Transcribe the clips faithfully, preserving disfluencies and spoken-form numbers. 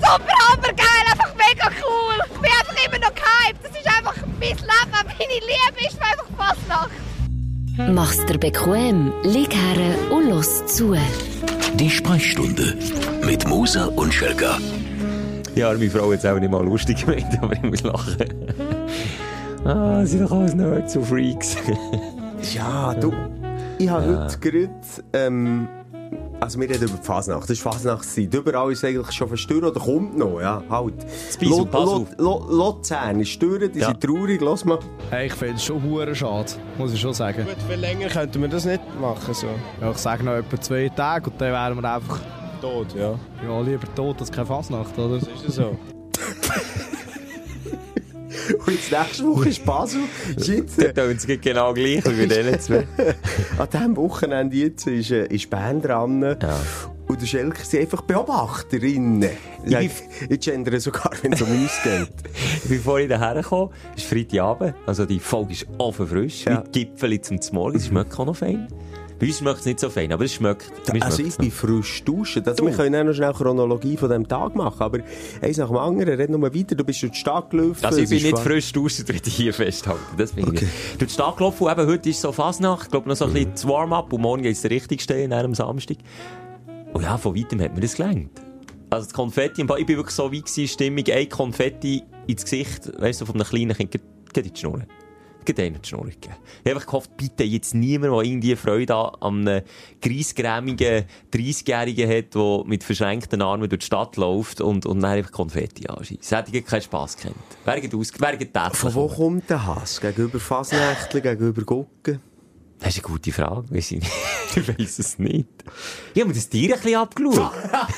super, aber geil, einfach mega cool. Ich bin einfach immer noch gehypt. Das ist einfach mein Leben. Meine Liebe ist einfach Fasnacht. Mach's dir bequem, lieg her und los zu. Die Sprechstunde mit Musa und Schelga. Ja, meine Frau hat es auch nicht mal lustig gemeint, aber ich muss lachen. Ah, sind doch alles Nerds und Freaks. Ja, du, ich habe Ja. heute gerade, ähm, also wir reden über die Fasnacht, das ist Fasnachtszeit. Überall ist es eigentlich schon verstören oder kommt noch, ja, halt. Bisou, pass auf. Luzern ist stören, die Ja. sind traurig, lass mal. Hey, ich finde es schon hure schade, muss ich schon sagen. Gut, viel länger könnten wir das nicht machen, so. Ja, ich sage noch etwa zwei Tage und dann wären wir einfach Tot, ja. ja, lieber tot als keine Fasnacht, oder? Das ist ja so. Und jetzt nächste Woche ist Basel. Jetzt, Da äh, tun sie genau gleich wie bei denen zwei. an diesem Wochenende jetzt ist, äh, ist Bern dran. Ja. Und der Schelker sind einfach Beobachterinnen. Ich, Ich ich gendere sogar, wenn es um uns geht. Ich bin vorhin hierher gekommen, es ist Freitagabend, also die Folge ist offen frisch, Ja. wie Gipfeli zum Morgen, es schmeckt auch noch fein. Bei uns schmeckt es nicht so fein, aber es schmeckt. mir Also schmeckt's ich bin frisch duschen. Also Du. wir können auch noch schnell Chronologie von diesem Tag machen, aber eins nach dem anderen, red noch mal weiter. Du bist durch die Stadt gelaufen. Also ich es bin ist nicht fa- frisch draussen, würde ich hier festhalten. Das bin ich Okay. nicht. Durch die Stadt gelaufen und eben heute ist so Fasnacht, ich glaube noch so ein bisschen das Warm-up und morgen geht es richtig stehen, am Samstag. Und ja, von weitem hat mir das gelangt. Also das Konfetti, im Ba- ich bin wirklich so wie gewesen, Stimmung, ein Konfetti ins Gesicht, weißt du, von einem kleinen Kind, geht geht in die Schnur. Geht einer die Schnur gegeben. Ich habe einfach gehofft, bitte jetzt niemand, der irgendwie Freude an an einem greissgrämigen dreißigjährigen hat, der mit verschränkten Armen durch die Stadt läuft und, und dann einfach Konfetti anschießt. Das hätte ich keinen Spass gekannt. Wer geht aus, wer geht tätlich? Von wo kommt der Hass? Gegenüber Fasnächtler, gegenüber Gucken? Das ist eine gute Frage. Weiss ich nicht. Ich weiss es nicht. Ich habe mir das Tier ein bisschen abgeschaut.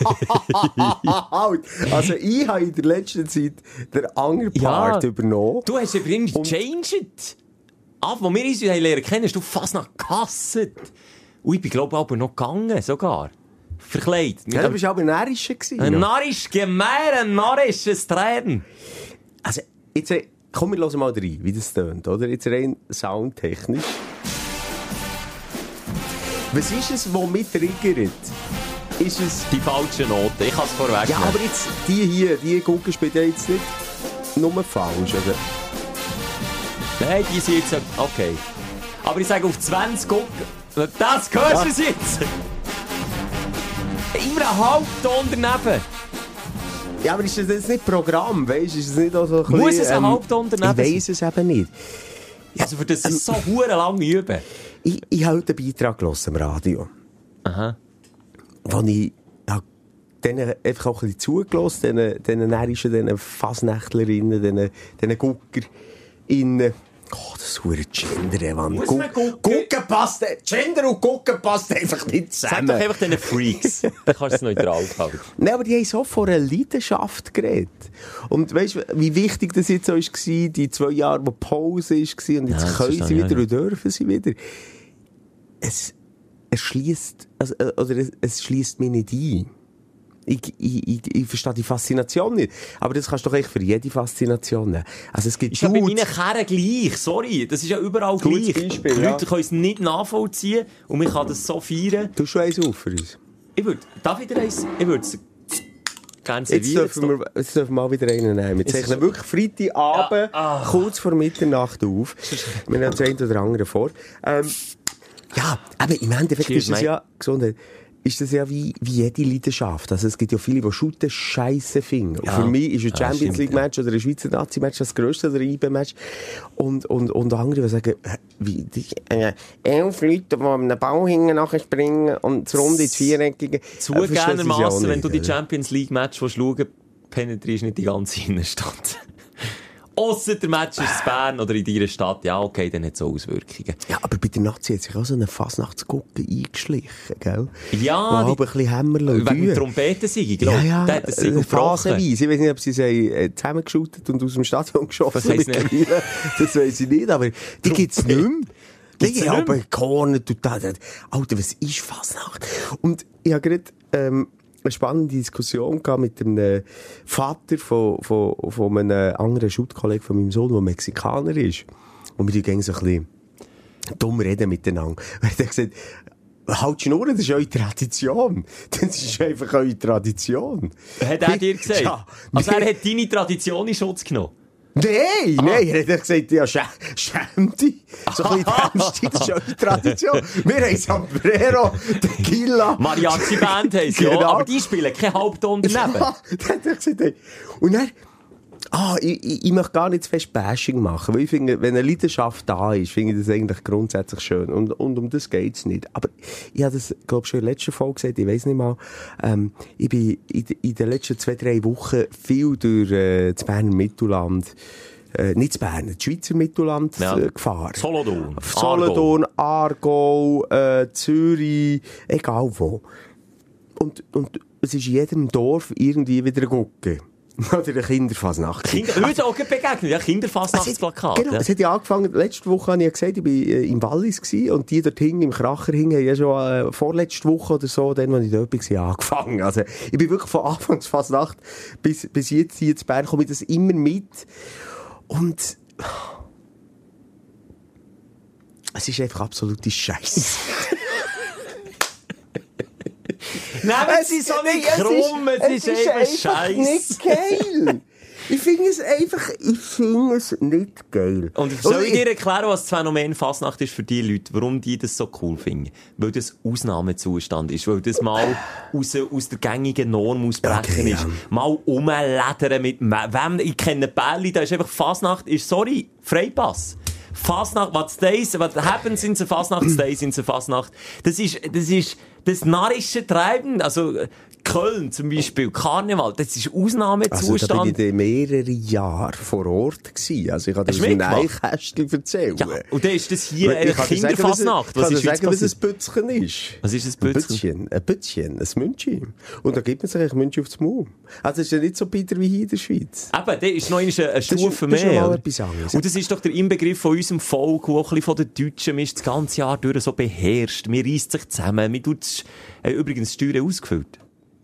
Also ich habe in der letzten Zeit den anderen Part Ja. übernommen. Du hast übrigens changed. Ab, wo wir uns lernen kennen, hast du fast noch gehasst. Und ich bin, glaube ich, aber noch gegangen, sogar. Verkleidet. Ja, du warst aber närrischer gewesen. Ein noch. narrisch, gemein, ein narrisches Tränen. Also, jetzt, äh, komm, wir hören mal rein, wie das tönt, oder? Jetzt rein soundtechnisch. Was ist es, was mich triggert? Ist es... Die falsche Note. Ich kann es vorweg Ja, aber jetzt, die hier, die Gucken spielt ja jetzt nicht nur falsch, oder? Nein, die sind jetzt... Okay. Aber ich sage auf zwanzig gucken. Das hörst du es jetzt. Immer ein Halbton daneben. Ja, aber ist das jetzt nicht Programm, weißt du? Ist es nicht auch so ein Muss bisschen, es ein Halbton daneben Ich weiss es eben nicht. Also für das ist so hure lang üben. Ich, ich habe heute einen Beitrag gehört im Radio, Aha. wo ich ja, denen einfach auch ein bisschen zugelassen, diesen, diesen närrischen, diesen Fasnächtlerinnen, diesen, diesen Guckerinnen. Oh, das ist verdammt Gender, Mann. Muss Gu man gucken? Gucken passt, Gender und Gucken passt einfach nicht Sag zusammen. doch einfach diesen Freaks. Dann kannst du es neutral halten. Nein, aber die haben so von einer Leidenschaft geredet. Und weißt du, wie wichtig das jetzt so war, die zwei Jahre, wo Pause war, und jetzt Ja, das können sie verstehe ich, wieder ja. und dürfen sie wieder. Es, es schließt, also, äh, oder es, es schließt mich nicht ein. Ich, ich, ich, ich verstehe die Faszination nicht. Aber das kannst du doch echt für jede Faszination nehmen. Also es gibt Ist ja bei Dudes- meinen Kerren gleich. Sorry, das ist ja überall Gutes gleich. Beispiel, Die ja. Leute können es nicht nachvollziehen und man kann das so feiern. Du schon eins auf für uns. Ich würde, darf ich dir eins, ich würde es gerne Jetzt servieren. dürfen, wir, jetzt dürfen wir mal wieder einen nehmen. Wir Ist zeichnen es- wirklich Freitagabend, Ja, ah. kurz vor Mitternacht auf. Wir nehmen das eine oder andere vor. Ähm, ja, aber im Endeffekt Cheers, ist das mate. ja, Gesundheit, ist das ja wie, wie jede Leidenschaft. Also es gibt ja viele, die Shooten scheisse finden. Und Ja. für mich ist ein Ja, Champions stimmt, League Match oder ein Schweizer Nazi-Match das grösste oder I B-Match. Und, und, und andere, die sagen, äh, wie, die, äh, elf Leute, die am Ball hingen, nachher springen und das Runde ins Viereckige. Zugegebenermassen, wenn du die Champions Champions League Match schauen, penetrierst du nicht die ganze Innenstadt. Ausser der Match ist in Bern oder in deiner Stadt. Ja, okay, dann hat es auch Auswirkungen. Ja, aber bei der Nazi hat sich auch so eine Fasnachtsgucke eingeschlichen, gell? Ja, Wo aber ein bisschen Hämmerl und wegen dem Dürr. Trompetensieg, glaube Ja, ich. ja, Der hat das Sieg äh, gebrochen. phasenweise. Ich weiß nicht, ob sie sie äh, zusammengeschootet und aus dem Stadion geschossen Das weiss ich nicht. mittlerweile. Das weiss ich nicht, aber die gibt's nicht mehr. Gibt's Die nicht haben mehr? gekornet und da. Alter, was ist Fasnacht? Und ich habe gerade, ähm, eine spannende Diskussion gehabt mit dem äh, Vater von, von, von einem anderen Schulkollegen von meinem Sohn, der Mexikaner ist. Und wir gehen so ein bisschen dumm reden miteinander. Und er hat gesagt, halt Schnurren, das ist eure Tradition. Das ist einfach eure Tradition. Hat er dir gesagt? Ja. Also er hat deine Tradition in Schutz genommen? Nein, Aha. nein, er hat gesagt, ja, schä schäm dich. So ein bisschen dämst dich, das ist eure Tradition. Wir haben Sombrero, Tequila. Mariachi-Band heisst ja, Genau. aber die spielen keinen Halbton daneben. Ja, dann hat er gesagt, hey. Und dann, ah, ich, ich, ich möchte gar nicht zu fest Bashing machen, weil ich finde, wenn eine Leidenschaft da ist, finde ich das eigentlich grundsätzlich schön. Und, und um das geht's nicht. Aber ich habe das, glaube ich, schon in der letzten Folge gesagt, ich weiss nicht mal, ähm, ich bin in, in den letzten zwei, drei Wochen viel durch äh, das Berner Mittelland, äh, nicht das Berner, das Schweizer Mittelland Ja. äh, gefahren. Solothurn. Solothurn, Aargau, äh, Zürich, egal wo. Und, und es ist in jedem Dorf irgendwie wieder ein Gucke. Oder eine Kinderfasnacht. Kinder, heute auch begegnet, ja, Kinderfasnachtsplakat. Genau, Ja. es hat ja angefangen, letzte Woche habe ich ja gesagt, ich war äh, im Wallis gewesen, und die dort hinten im Kracher hingen, haben ja schon äh, vorletzte Woche oder so, dann, als ich dort war, angefangen. Also, ich bin wirklich von Anfangsfasnacht bis, bis jetzt hier zu Bern, komme ich das immer mit. Und es ist einfach absolute Scheiße. Nehmen Sie so nicht krumm, es ist einfach Scheiße. nicht geil. Ich finde es einfach, ich finde es nicht geil. Und soll ich dir erklären, was das Phänomen Fasnacht ist für die Leute, warum die das so cool finden? Weil das Ausnahmezustand ist, weil das mal aus, aus der gängigen Norm ausbrechen Okay, ist. ja. Mal rumledern mit, wem, ich kenne Bärli, da ist einfach Fasnacht, ist, sorry, Freipass. Fasnacht, what stays, what happens in der Fasnacht, stays in der Fasnacht. Das ist, das ist, das narrische Treiben, also, Köln zum Beispiel, Karneval, das ist Ausnahmezustand. Also, da bin ich dann mehrere Jahre vor Ort gewesen. Also, ich kann dir Hast das du in mitgemacht? Nähkästchen erzählen. Ja, und dann ist das hier Ich eine kann dir sagen, Kinderfasnacht. Was, Was ich ist kann dir jetzt sagen, was ein passiert? Bützchen ist. Was ist ein Ein Bützchen? Bützchen. Ein Bützchen. Ein München. Und da gibt man sich eigentlich München aufs Maul. Also, es ist ja nicht so bitter wie hier in der Schweiz. Eben, der ist noch eine, eine Stufe das ist mehr. noch mal oder? etwas anderes. Und das ist doch der Inbegriff von unserem Volk, und auch ein bisschen von den Deutschen. Man ist das ganze Jahr durch so beherrscht. Man reisst sich zusammen. Man tut äh, übrigens die Steuern ausgefüllt.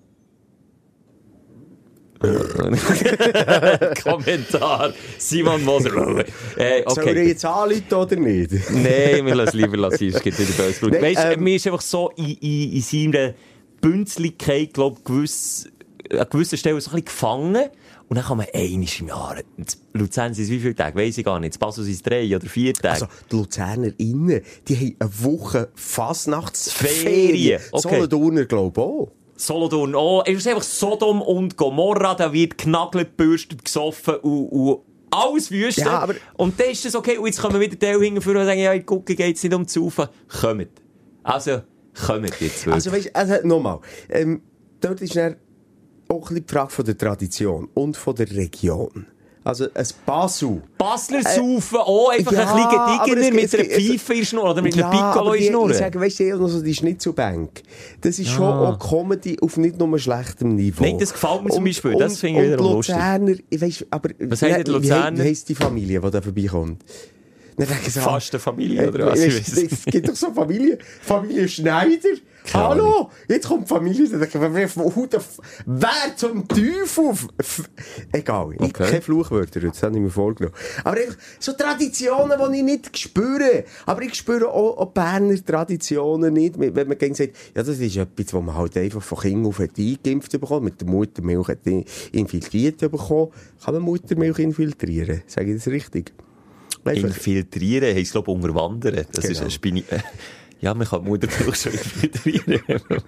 Kommentar. Simon Moser. äh, Soll er okay. jetzt anrufen oder nicht? Nein, wir lassen lieber lassen, es gibt wieder böse Blut. Nein, Weißt du, ähm, mir ist einfach so in, in, in seiner Bünzligkeit, glaube ich, gewiss, an gewisser Stelle so ein bisschen gefangen. Und dann kann man einmal im Jahr, in Luzern sind es wie viele Tage, weiss ich gar nicht, in Basel sind es drei oder vier Tage. Also, die LuzernerInnen, die haben eine Woche Fasnachtsferien. Ferien, okay. Solothurner, glaube ich, auch. Solothurn, oh, es ist einfach Sodom und Gomorra, da wird geknackelt, bürstet, gesoffen und, und alles Wüste. Ja, aber- Und dann ist das okay, und jetzt kommen wieder die hingeführen und sagen, ja, ich gucke, geht's nicht um zu saufen. Kommt. Also, kommt jetzt wirklich. Also, weißt, also, nochmal. Ähm, dort ist dann auch ein bisschen die Frage von der Tradition und von der Region. Also, ein Basel. Basler saufen auch einfach ja, ein bisschen aber gedigener es- mit es- einer es- Pfeife in der Schnur oder mit Ja, einem Piccolo aber in die- der Schnur. Ich sage, weißt du, eher noch so die Schnitzelbank. Das ist schon auch Comedy auf nicht nur schlechtem Niveau. Nein, das gefällt mir zum Und- Beispiel. Das und- finde ich und wiederum lustig. Luzerner, ich weiss, aber... Was haben die Luzerner? Wie heisst die Familie, die da vorbeikommt? Dann denke ich so, Fast eine Familie, äh, oder was? Ich weiss Es gibt doch so Familie, Familie Schneider. Keine Hallo, jetzt kommt die Familie, dann denke ich, wer, wo der F- wer zum Teufel? F- Egal, ich, Okay. keine Fluchwörter, das habe ich mir vorgenommen. Aber einfach so Traditionen, die ich nicht spüre. Aber ich spüre auch, auch Berner Traditionen nicht. Wenn man gegen sagt, ja, das ist etwas, was man halt einfach von Kind auf hat eingeimpft bekommen, mit der Muttermilch hat die infiltriert bekommen. Kann man Muttermilch infiltrieren? Sage ich das richtig? Einfach- Infiltrieren heisst, glaube ich, unterwandern. Das Genau. ist ein Spinni... Ja, man kann die Muttermilch schon infiltrieren.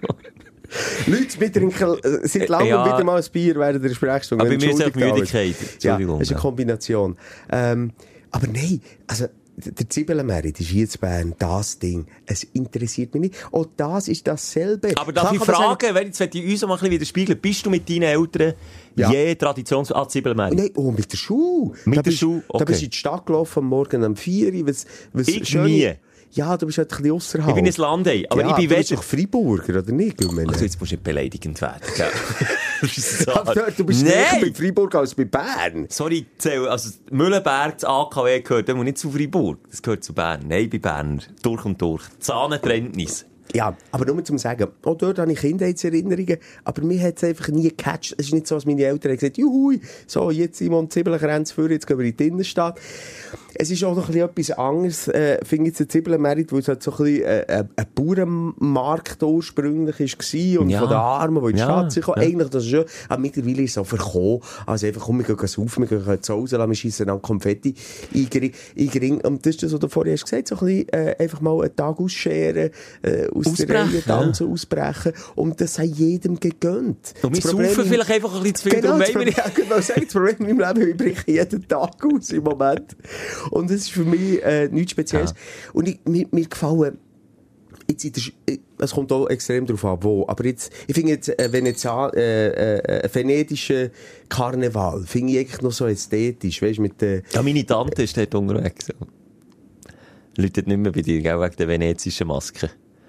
Leute, wir trinken äh, seit langem Ja. wieder mal ein Bier während der Sprechstunde. Aber bei mir ist es auch Entschuldigt Müdigkeit. alles. Ja, Entschuldigung. das ist eine ja. Kombination. Ähm, aber nein, also d- der Zwiebelmerit ist hier in Bern das Ding. Es interessiert mich nicht. Auch das ist dasselbe. Aber darf Klar ich kann man sagen, fragen, wenn jetzt ich uns auch mal ein bisschen widerspiegeln, bist du mit deinen Eltern Ja. je Traditions... Ah, Zwiebelmeer? Nein, oh, mit der Schuhe. Mit da der bist, Schuhe, Da okay. bist du in die Stadt gelaufen am Morgen um vier Uhr. Was, was Ich schöne- nie. Ja, du bist halt ein bisschen ausserhalb. Ich bin ein Landei, aber ja, ich bin du bist weder... doch Freiburger, oder nicht? Ich meine. Also jetzt musst du nicht beleidigend werden, gell? Das ist so- Aber du bist näher bei Nein! Freiburg als bei Bern. Sorry, zähl, also Mühlenberg, das A K W gehört, das muss nicht zu Freiburg, das gehört zu Bern. Nein, bei Berner, durch und durch. Zahnen trennt uns. Ja, aber nur zum Sagen, auch dort habe ich Kindheitserinnerungen, aber mir hat es einfach nie gecatcht. Es ist nicht so, dass meine Eltern haben gesagt, juhui, so, jetzt Simon Zwiebelkränz für, jetzt gehen wir in die Innenstadt. es ist auch noch ein bisschen etwas anderes, äh, finde ich, jetzt Zwiebelmerit, weil es halt so ein bisschen äh, ein, ein Bauernmarkt ursprünglich war und Ja. von den Armen, die in die Ja, Stadt sind. ja. Eigentlich, das ist schon, aber mittlerweile ist es auch verkommen. Also einfach, komm, wir gehen saufen, wir gehen zu Hause, wir schiessen dann Konfetti eingeringen. Und das ist das, was du vorhin hast gesagt, so ein bisschen, äh, einfach mal einen Tag ausscheren, äh, aus Ausbrechen, der Reihe tanzen, ja. ausbrechen. Und das sei jedem gegönnt. Und wir Das Problem saufen im- vielleicht einfach ein bisschen zu viel. Genau, darum das wollen wir Problem, nicht- ja, genau, sagen, das Problem in meinem Leben, ich breche jeden Tag aus im Moment. Und das ist für mich äh, nichts Spezielles. Ja. Und ich, mir, mir gefallen, jetzt in der, Sch- äh, es kommt auch extrem darauf an, wo, aber jetzt, ich finde jetzt, äh, Venezia, äh, äh, venedischer Karneval, finde ich eigentlich noch so ästhetisch, weißt du, mit der, Ja, meine Tante ist dort unterwegs. So. Läutet nicht mehr bei dir, gell, wegen der venezischen Maske.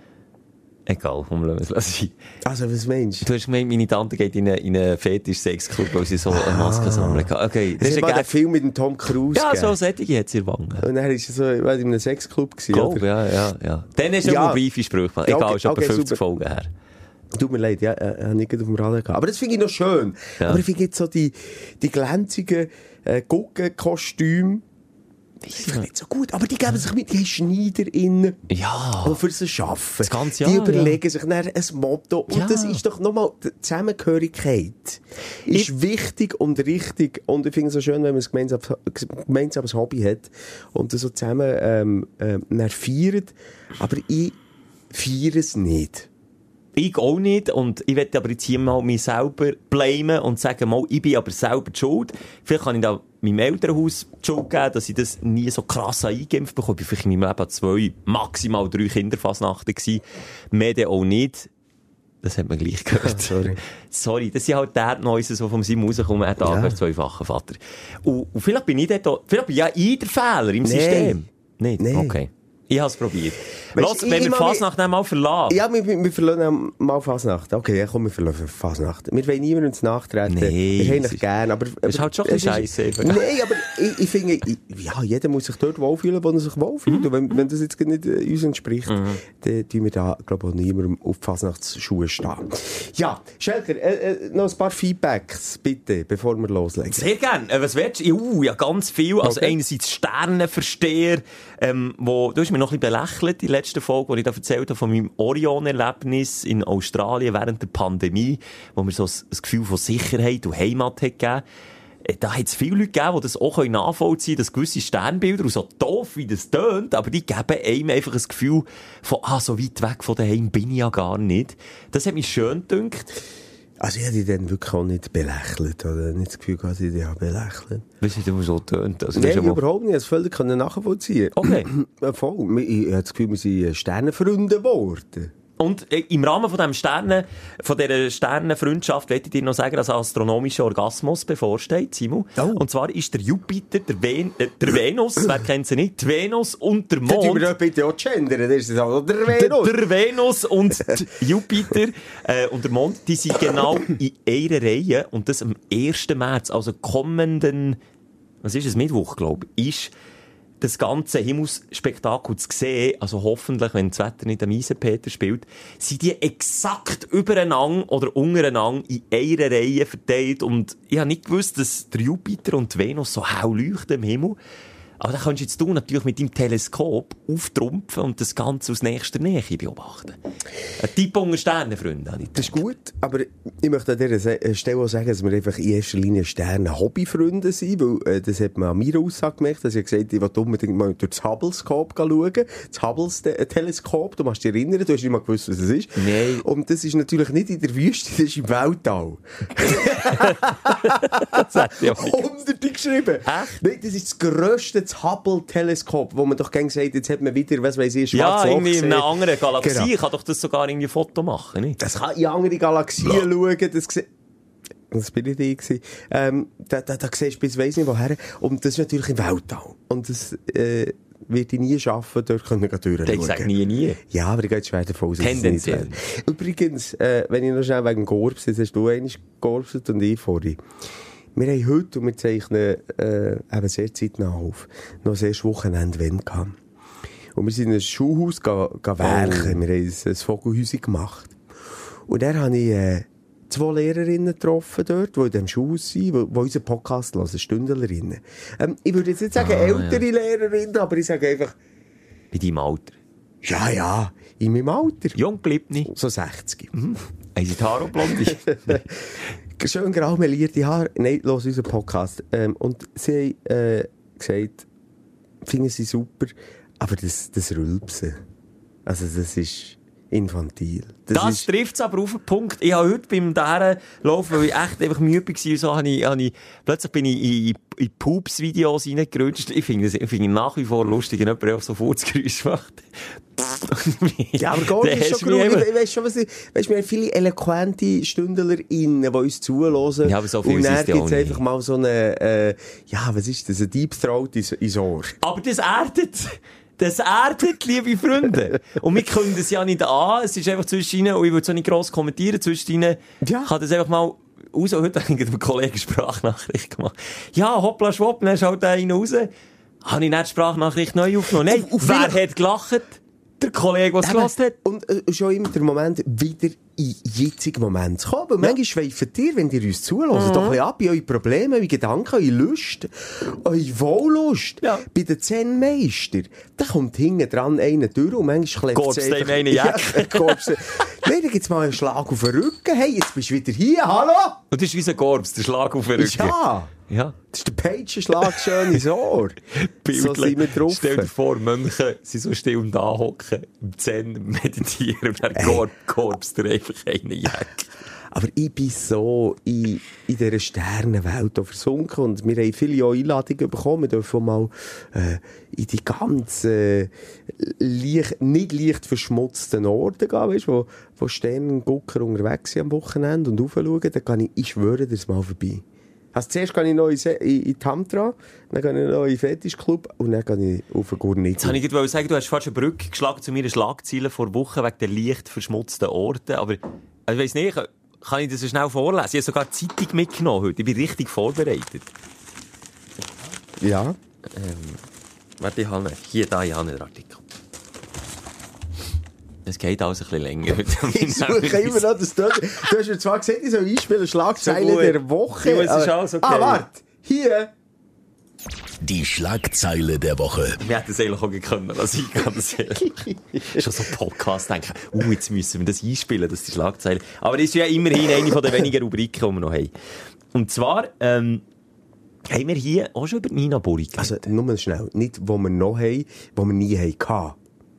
Egal, komm, lass es sein. also was meinst du? Du hast gemeint, meine Tante geht in einen, in einen Fetisch-Sex-Club, weil sie so eine Maske sammeln kann. Okay, Das das ist ist mal ein der Gag. Film mit dem Tom Cruise Ja, so gegeben. sättige hat sie in der Wange. Und dann ist er so, ich weiß, in einem Sexclub gewesen, Glaube, oder? ja, ja, ja. Dann ist er Ja. ja. briefe Sprüche. Ja, Egal, okay, ist etwa okay, fünfzig super. Folgen her. Tut mir leid, ja, äh, habe nicht auf dem Radar gehabt. Aber das finde ich noch schön. Ja. Aber ich finde jetzt so die, die glänzigen, äh, Guggenkostüme, die sind nicht so gut. Aber die geben sich mit, die haben SchneiderInnen, Ja. die für sie arbeiten. Das ganze Die Jahr, überlegen sich dann ein Motto. Und Ja. das ist doch nochmal, die Zusammengehörigkeit ist Ich- wichtig und richtig. Und ich finde es so schön, wenn man ein gemeinsames, gemeinsames Hobby hat und das so zusammen, ähm, ähm, dann feiert. Aber ich feiere es nicht. Ich auch nicht. Und ich werde aber jetzt hier mal mich selber blamen und sagen mal, ich bin aber selber die Schuld. Vielleicht kann ich da meinem Elternhaus die Schuld geben, dass ich das nie so krass eingeimpft bekomme. Ich war vielleicht in meinem Leben zwei, maximal drei Kinderfasnachten gewesen. Mehr dann auch nicht. Das hat man gleich gehört. Sorry. Sorry, das sind halt die Noises, die von seinem rauskommen. Er hat Ja. ja. zweifacher Vater. Und, und vielleicht bin ich dort auch, vielleicht bin ja ich der Fehler im Nein. System. Nicht? Nein. Okay. Ich habe es probiert. Weißt, Lass, ich- wenn ich wir mag- Fasnacht dann mal verlassen. Ja, wir, wir, wir verlassen mal Fasnacht. Okay, ja, komm, wir verlassen Fasnacht. Wir wollen niemandem zu nachtreten. Nee, wir haben es dich ist- gern, aber... ist halt schon ein es bisschen ist- scheisse, Nein, einfach. aber ich, ich finde, ich, ja, jeder muss sich dort wohlfühlen, wo er sich wohlfühlt. Und wenn, wenn das jetzt nicht äh, uns entspricht, dann tun wir da, glaube ich, auch niemandem auf die Fasnachtsschuhe stehen. Ja, Schelker, äh, äh, noch ein paar Feedbacks, bitte, bevor wir loslegen. Sehr gern. Äh, was willst du? Uh, ja, ganz viel. Also Okay. einerseits Sternenversteher, ähm, wo, du hast mich noch ein bisschen belächelt, die letzte Folge, wo ich da erzählt habe von meinem Orion-Erlebnis in Australien während der Pandemie, wo mir so ein, ein Gefühl von Sicherheit und Heimat hat gegeben. Äh, Da hat es viele Leute gegeben, die das auch nachvollziehen können, dass gewisse Sternbilder, und so doof wie das tönt, aber die geben einem einfach ein Gefühl von, ah, so weit weg von daheim bin ich ja gar nicht. Das hat mich schön gedünkt. Also ich habe dich dann wirklich auch nicht belächelt, oder nicht das Gefühl, dass ich dich belächelt. Weißt du, wie so tönt? Also, Nein, das ist ja mal- überhaupt nicht. Das völlig können nachvollziehen. Okay. Ja, voll. Ich habe das Gefühl, wir sind Sternenfreunde geworden. Und äh, im Rahmen von dem Sternen, von dieser Sternenfreundschaft, möchte ich dir noch sagen, dass ein astronomischer Orgasmus bevorsteht, Simon. Oh. Und zwar ist der Jupiter, der, Ven äh, der Venus, wer kennt sie nicht, die Venus und der Dann tun Mond. wir doch bitte auch gendern. Das ist auch der Der, Venus. der Venus und die Jupiter äh, und der Mond, die sind genau in einer Reihe. Und das am ersten März, also kommenden, was ist es, Mittwoch, glaube ich, ist das ganze Himmelsspektakel zu sehen, also hoffentlich, wenn das Wetter nicht am Eisenpeter spielt, sind die exakt übereinander oder untereinander in einer Reihe verteilt. Und ich habe nicht gewusst, dass der Jupiter und die Venus so hell leuchten im Himmel. Aber da kannst jetzt du natürlich mit deinem Teleskop auftrumpfen und das Ganze aus nächster Nähe beobachten. Ein Tipp unter Sternen, Freunde. Das ist gut, aber ich möchte an dieser Se- Stelle auch sagen, dass wir einfach in erster Linie Sterne-Hobbyfreunde sind, weil äh, das hat man an meiner Aussage gemerkt, dass ich gesagt habe, ich will unbedingt mal durch das Hubble-Skop schauen. Das Hubble-Teleskop, du musst dich erinnern, du hast nicht mal gewusst, was es ist. Nein. Und das ist natürlich nicht in der Wüste, das ist im Weltall. Das hat ja nicht. Hunderte geschrieben. Echt? Nein, das ist das grösste das Hubble-Teleskop, wo man doch gerne sagt, jetzt hat man wieder, was weiss ich, ein Ja, schwarzes Loch irgendwie in gesehen. einer anderen Galaxie. Genau. Ich kann doch das sogar irgendwie ein Foto machen, nicht? Das kann in andere Galaxien schauen, das gse- das bin ich die gewesen. Ähm, da, da, da siehst du bis weiss nicht woher. Und das ist natürlich im Weltall. Und das, äh, wird ich nie schaffen, dort können wir durchschauen. Ich sage nie, nie. Ja, aber ich gehe jetzt schwer davon aus, dass es nicht Tendenziell. wäre. Übrigens, äh, wenn ich noch schnell wegen Gorbs, jetzt hast du einmal gegorbst und ich vorhin. Wir haben heute, und wir zeichnen, äh, eben sehr zeitnah auf, noch das erste Wochenende Wend gehabt. Und wir sind in ein Schulhaus ga, ga werken. Wir haben ein, ein Vogelhäuschen gemacht. Und dann habe ich, äh, zwei Lehrerinnen getroffen dort, die in diesem Schulhaus sind, die, die unseren Podcast hören, Stündlerinnen. Ähm, ich würde jetzt nicht sagen Ah, ältere ja. Lehrerinnen, aber ich sage einfach, Bei deinem Alter. ja, ja, in meinem Alter. Jung gebliebene. So sechzig. Mhm. Haben sie die Haare auch blonde? Schön grau melierte Haare. Nein, los unseren Podcast. Ähm, und sie haben äh, gesagt, finden sie super, aber das, das Rülpsen, also das ist infantil. Das, das ist... trifft es aber auf den Punkt. Ich habe heute beim Daherlaufen, weil ich echt einfach müde war, so, habe ich, habe ich, plötzlich bin ich in, in Pups-Videos reingerutscht. Ich finde es ich finde nach wie vor lustig, wenn jemand einfach so Furzgeräusche macht. Ja, aber Gordon ist schon genug. Ich, ich weiss schon, was ich, weißt, wir haben viele eloquente StündlerInnen, die uns zuhören. Ja, aber so viel und dann ist es ja gibt es auch einfach nicht. mal so eine, äh, ja, was ist das? Ein Deep Throat ins, ins Ohr. Aber das erdet. Das erdet, liebe Freunde. Und wir können das ja nicht an. Es ist einfach zwischen ihnen, und ich würde es auch nicht gross kommentieren, zwischen ihnen. Ja. Ich kann das einfach mal raus. Heute habe ich mit einem Kollegen Sprachnachricht gemacht. Ja, hoppla, schwopp, dann ist halt einer raus. Habe ich nicht die Sprachnachricht neu aufgenommen? Nein, Auf- auf wer welche- hat gelacht? Der Kollege, der es Eben. gelassen hat. Und äh, schon immer der Moment, wieder in jetzigen Moment zu kommen. Weil manchmal schweifen ihr, wenn ihr uns zuhört, Mhm. doch ein bisschen ab in eure Probleme, eure Gedanken, eure Lust, eure Wohllust. Ja. Bei den Zen-Meister, da kommt hinten dran einer durch und manchmal klebt Korbst dem einen Jack. Korbst Nein, da gibt's mal einen Schlag auf den Rücken. Hey, jetzt bist du wieder hier, hallo? Und das ist wie so ein Gorbs, der Schlag auf den Rücken. Ja. Ja. Das ist der Peitschenschlag schön ins Ohr. So sind wir drauf. Stell dir vor, Mönche sind so still und anhocken, im Zen meditieren und dann Korb, Korbs dir einfach einen Jack. Aber ich bin so in, in dieser Sternenwelt auch versunken und wir haben viele auch Einladungen bekommen. Wir dürfen mal äh, in die ganz äh, leicht, nicht leicht verschmutzten Orte gehen, weißt, wo, wo Sternengucker unterwegs sind am Wochenende und raufschauen. Da kann ich, ich schwöre dir mal vorbei. Also zuerst gehe ich noch in, in, in Tantra, dann gehe ich noch in den Fetischclub und dann gehe ich auf den Gurnit. Jetzt wollte ich gerade sagen, du hast fast eine Brücke geschlagen zu meinen Schlagzeilen vor Wochen wegen der leicht verschmutzten Orte. Aber also ich weiss nicht, kann ich das so schnell vorlesen? Ich habe sogar die Zeitung mitgenommen heute. Ich bin richtig vorbereitet. Ja. Ähm, warte, ich habe ihn. Hier, da, ich habe einen Artikel. Es geht alles ein bisschen länger. Ich suche immer noch das Döner. Du hast mir zwar gesagt, ich soll einspielen, Schlagzeilen So gut. der Woche. Ja, es ist aber- alles okay. Ah, warte. Hier. Die Schlagzeile der Woche. Wir hätten es eigentlich auch können, was ich ganz ehrlich. Schon so ein Podcast denken, uh, jetzt müssen wir das einspielen, das ist die Schlagzeile. Aber das ist ja immerhin eine von den wenigen Rubriken, die wir noch haben. Und zwar, ähm, haben wir hier auch schon über Nina Buri geredet. Also, nur schnell. Nicht, wo wir noch haben, die wir nie hatten.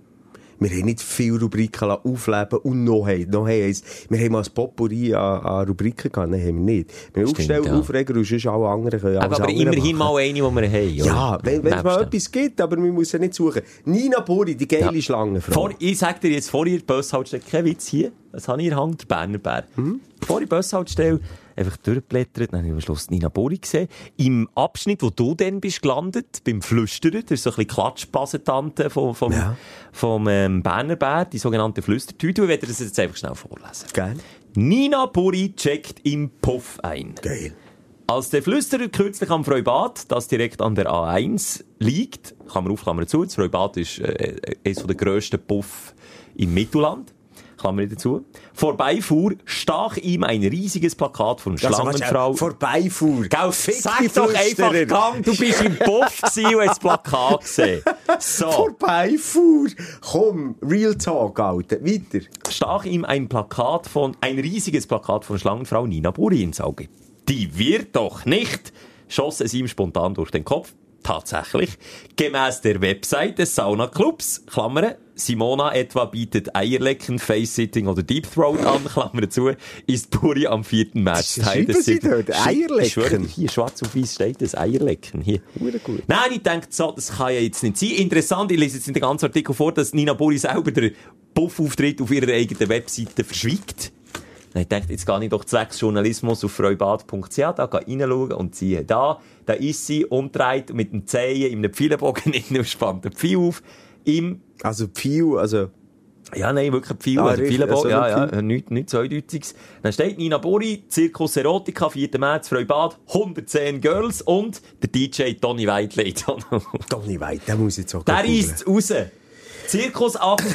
Wir haben nicht viele Rubriken aufleben und noch haben. Noch haben eins. Wir haben mal ein Potpourri an, an Rubriken gehabt. Nein, haben wir nicht. Wir haben Stimmt, Aufsteller, ja. Aufreger und sonst alle anderen können aber alles aber andere immerhin machen. mal eine, die wir haben. Oder? Ja, wenn wenn es mal Nebst dem. etwas gibt, aber wir müssen nicht suchen. Nina Buri, die geile Ja. Schlangenfrau. Vor, ich sag dir jetzt vorher, die Bushaltestelle, kein Witz hier, das habe ich in der Hand, der Berner Bär. Mhm. Vor der Bushaltestelle einfach durchgeblättert, dann habe ich am Schluss Nina Buri gesehen. Im Abschnitt, wo du dann bist gelandet, beim Flüstern, das ist so ein bisschen Klatschbasentante vom, vom, Ja. vom ähm, Berner Bär, die sogenannte Flüstertüte. Ich werde das jetzt einfach schnell vorlesen. Geil. Nina Buri checkt im Puff ein. Geil. Als der Flüsterer kürzlich am Freibad, das direkt an der A eins liegt, Klammer auf, Klammer zu, das Freibad ist äh, eines der grössten Puff im Mittelland, Klammer dazu, vorbeifuhr, stach ihm ein riesiges Plakat von Schlangenfrau. Also, vorbeifuhr. Gell, Fick sag die doch einfach, Flüsterer. Gang, du bist im Puff gewesen und hast das Plakat gesehen. So. Vorbeifuhr. Komm, Real Talk, Alter. Weiter. Stach ihm ein Plakat von, ein riesiges Plakat von Schlangenfrau Nina Buri ins Auge. Die wird doch nicht, schoss es ihm spontan durch den Kopf. Tatsächlich. Gemäss der Website des Sauna-Clubs, Klammern, Simona etwa bietet Eierlecken, Face-Sitting oder Deep Throat an, Klammer zu, ist Buri am vierten März Das schreiben Sie dort, Eierlecken? Ich schwöre, hier schwarz auf weiß steht das, Eierlecken, hier. Gut. Nein, ich denke so, das kann ja jetzt nicht sein. Interessant, ich lese jetzt in den ganzen Artikel vor, dass Nina Buri selber den Puffauftritt auf ihrer eigenen Webseite verschweigt. Dann dachte ich, jetzt gehe ich doch zwecks Journalismus auf freubad punkt c h, da gehe ich reinschauen und siehe da, da ist sie umdreht mit dem Zehen in einem Pfeilenbogen innen und spannt den Pfeil auf. Im, Also, viel, also, ja, nein, wirklich ein Pfeil, Ah, also richtig, Pfeilenbogen, also ja, nicht ja, nichts, nichts Zweideutiges. Dann steht Nina Buri, Zirkus Erotica, vierten März, Freibad, hundertzehn Girls und der D J Tony Whiteley. doch nicht weit, der muss jetzt auch Der googeln. reisst raus. Zirkusacht,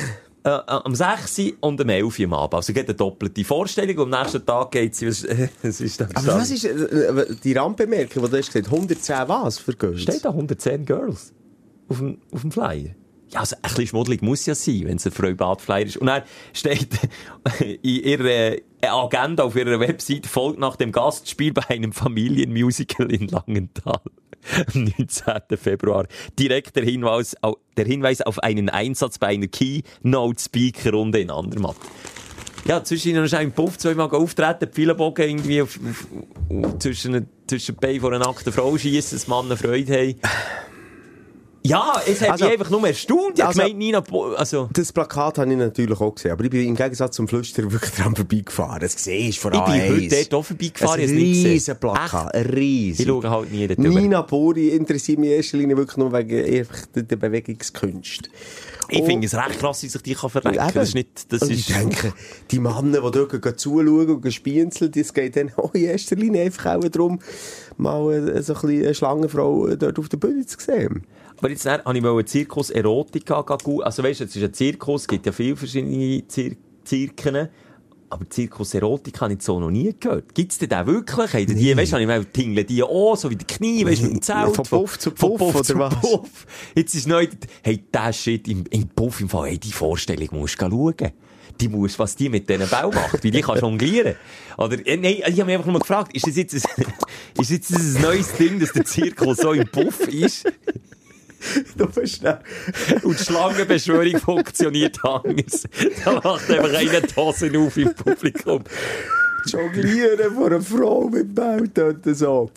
äh, am sechs und am elf am Abend. Also geht eine doppelte Vorstellung und am nächsten Tag geht sie... Was, was ist das? Aber was ist äh, die Randbemerkung, die du hast gesagt, hundertzehn was für Girls? Steht da hundertzehn Girls auf dem, auf dem Flyer. Ja, also ein bisschen schmuddelig muss ja sein, wenn es ein Freibad-Flyer ist. Und dann steht in ihrer Agenda auf ihrer Webseite, folgt nach dem Gastspiel bei einem Familienmusical in Langenthal. Am neunzehnten Februar. Direkt der Hinweis, der Hinweis auf einen Einsatz bei einer Keynote-Speaker-Runde in Andermatt. Ja, zwischen ihnen ist im Puff zweimal auftreten, die Pfeilenbogen irgendwie auf, auf, auf, zwischen, zwischen den Beinen von einer nackten Frau schiessen, dass Mann eine Freude haben. Ja, es hat also, mich einfach nur erstaunt. Ich also, gemeint, Nina, also. Das Plakat habe ich natürlich auch gesehen, aber ich bin im Gegensatz zum Flüsterer wirklich dran vorbeigefahren. Das siehst du vor allem. Ich bin heute dort auch vorbeigefahren. Ein riesen Plakat, ein riesen. Ich schaue halt nie dort Nina Buri interessiert mich in erster Linie wirklich nur wegen der Bewegungskünste. Ich finde es recht krass, wie sich die kann verrenken kann. Das ist nicht, das und ist... ich denke, die Männer, die dort zuschauen und spienzeln, das geht dann auch in erster Linie einfach auch darum, mal so ein bisschen eine Schlangenfrau dort auf der Bühne zu sehen. Aber jetzt habe ich mal einen Zirkus Erotica geguckt. Also weisst du, es ist ein Zirkus, es gibt ja viele verschiedene Zir- Zirken. Aber Zirkus Erotica habe ich so noch nie gehört. Gibt's denn den wirklich? Haben die, weisst du, ich meine, tingeln die auch, so wie die Knie, weisst du, mit dem Zelt. Von Puff zu Puff, Puff oder zu was? Puff. Jetzt ist neu, hey, der Shit im, im Puff im Fall, hey, die Vorstellung musst du schauen. Die muss, was die mit diesen Bällen macht, weil die kann jonglieren. Oder, äh, nein, ich habe mich einfach nur gefragt, ist das jetzt ein, ist jetzt ein neues Ding, dass der Zirkus so im Puff ist? Du bist da. Und die Schlangenbeschwörung funktioniert anders. Da macht einfach einer die Hosen auf im Publikum. Jonglieren von einer Frau mit Bällen dort so.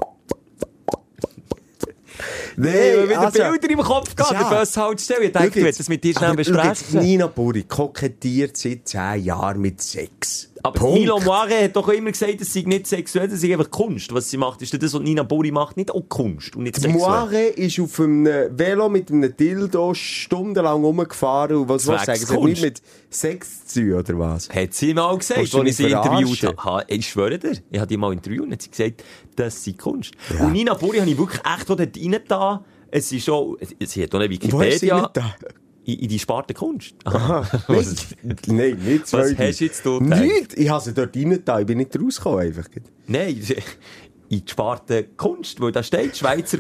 Nee, Nee, wieder also, Bilder im Kopf gehabt, ja. der Bushaltestelle. Ich dachte, du hättest das mit dir schnell besprechen. Nina Buri kokettiert seit zehn Jahren mit Sex. Aber Punkt. Milo Moire hat doch immer gesagt, das sei nicht sexuell, das sei einfach Kunst. Was sie macht, ist das, was Nina Buri macht, nicht auch Kunst und nicht sexuell. Moire ist auf einem Velo mit einem Dildo stundenlang rumgefahren und was willst du sagen? Es hat nicht mit Sex zu tun, oder was? Hat sie mal gesagt, Willst du als ich mich sie interviewt verarschen? habe. Ich schwöre dir, ich habe die mal interviewt und hat sie gesagt, das sei Kunst. Ja. Und Nina Buri habe ich wirklich echt auch dort reingetan. Es ist schon, sie hat auch eine Wo hast du sie Wikipedia. nicht da? In, in die Sparte Kunst. Aha. Nein, nein, nicht zwei. Was hast du jetzt da gedacht? Nicht! Ich habe sie dort reingetan, ich bin nicht rausgekommen einfach. Nein, in die Sparte Kunst, wo da steht, Schweizer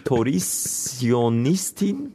Kontorissionistin.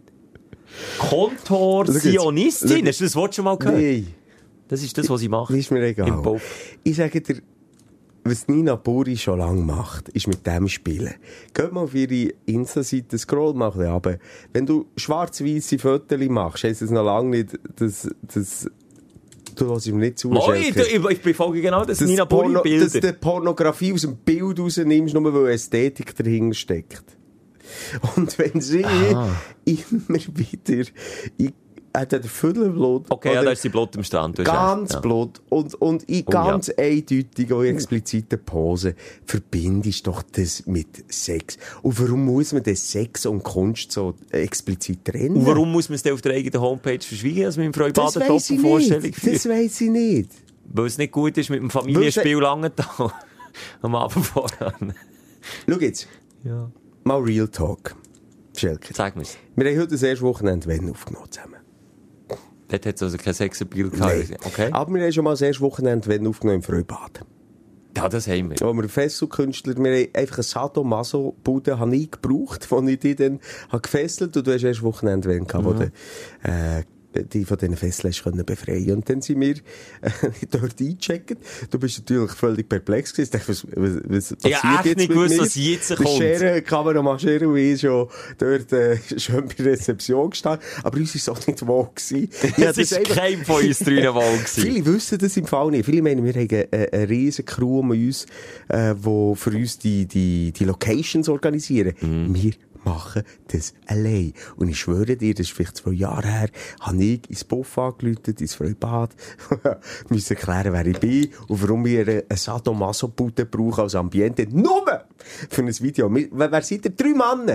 Kontorsionistin, hast du das Wort schon mal gehört? Nein. Das ist das, was sie macht. Ist mir egal. Im Puff. Ich sage dir, was Nina Buri schon lange macht, ist mit dem Spielen. Geht mal auf ihre Insta-Seite, scroll mal ein bisschen runter. Wenn du schwarz-weisse Fotos machst, heisst es noch lange nicht, dass, dass du hörst mir nicht zu. Moi, ich, ich befolge genau das, das Nina Buri-Bilder. Dass du die Pornografie aus dem Bild rausnimmst, nur weil Ästhetik dahinter steckt. Und wenn sie Aha. immer wieder... Ich, hat er Viertelblut. Okay, ja, da ist sie Blut am Strand. Ganz ja. Blut. Und, und in oh, ganz ja. eindeutig und expliziten Pose verbindest doch das mit Sex. Und warum muss man den Sex und Kunst so explizit trennen? Und warum muss man es dann auf der eigenen Homepage verschwiegen, als man im Freubaden Doppelvorstellung führt? Das weiss ich nicht. Weil es nicht gut ist mit dem Familienspiel Langenthal. Am Abend voran. Schau jetzt. Ja. Mal Real Talk. Schelke. Sag mir's. Wir haben heute das erste Wochenende Wenn aufgenommen zusammen. Dort hat es also kein Sexappeal gehabt. Okay. Aber wir haben schon mal das erste Wochenende Wenn aufgenommen im Freubaden. Ja, das haben wir. Wo wir Fesselkünstler, wir haben einfach eine Sadomaso-Bude habe ich gebraucht, wo ich die dann habe gefesselt und du hast erst Wochenende Wenn gehabt, mhm. wo du, äh, die von diesen Fesseln hast können befreien. Und dann sind wir äh, dort eingecheckt. Du bist natürlich völlig perplex gewesen. Ich dachte, was, was, was passiert ja, echt jetzt nicht mit gewusst, mir? was jetzt kommt. kommt. Der Kameramann Scherer und ich schon dort äh, schön bei der Rezeption gestanden. Aber uns war es auch nicht wohl gewesen. Es ist kein von uns drinnen wohl gewesen. Viele wissen das im Fall nicht. Viele meinen, wir haben eine, eine riesen Crew um uns, äh, die für uns die, die, die Locations organisieren. Mhm. Wir machen das allein. Und ich schwöre dir, das ist vielleicht zwei Jahre her, habe ich ins Puff angerufen, ins Freibad, müssen erklären, wer ich bin und warum wir eine Sadomaso-Bude brauchen als Ambiente. Nur für ein Video. Wer, wer seid ihr? Drei Männer.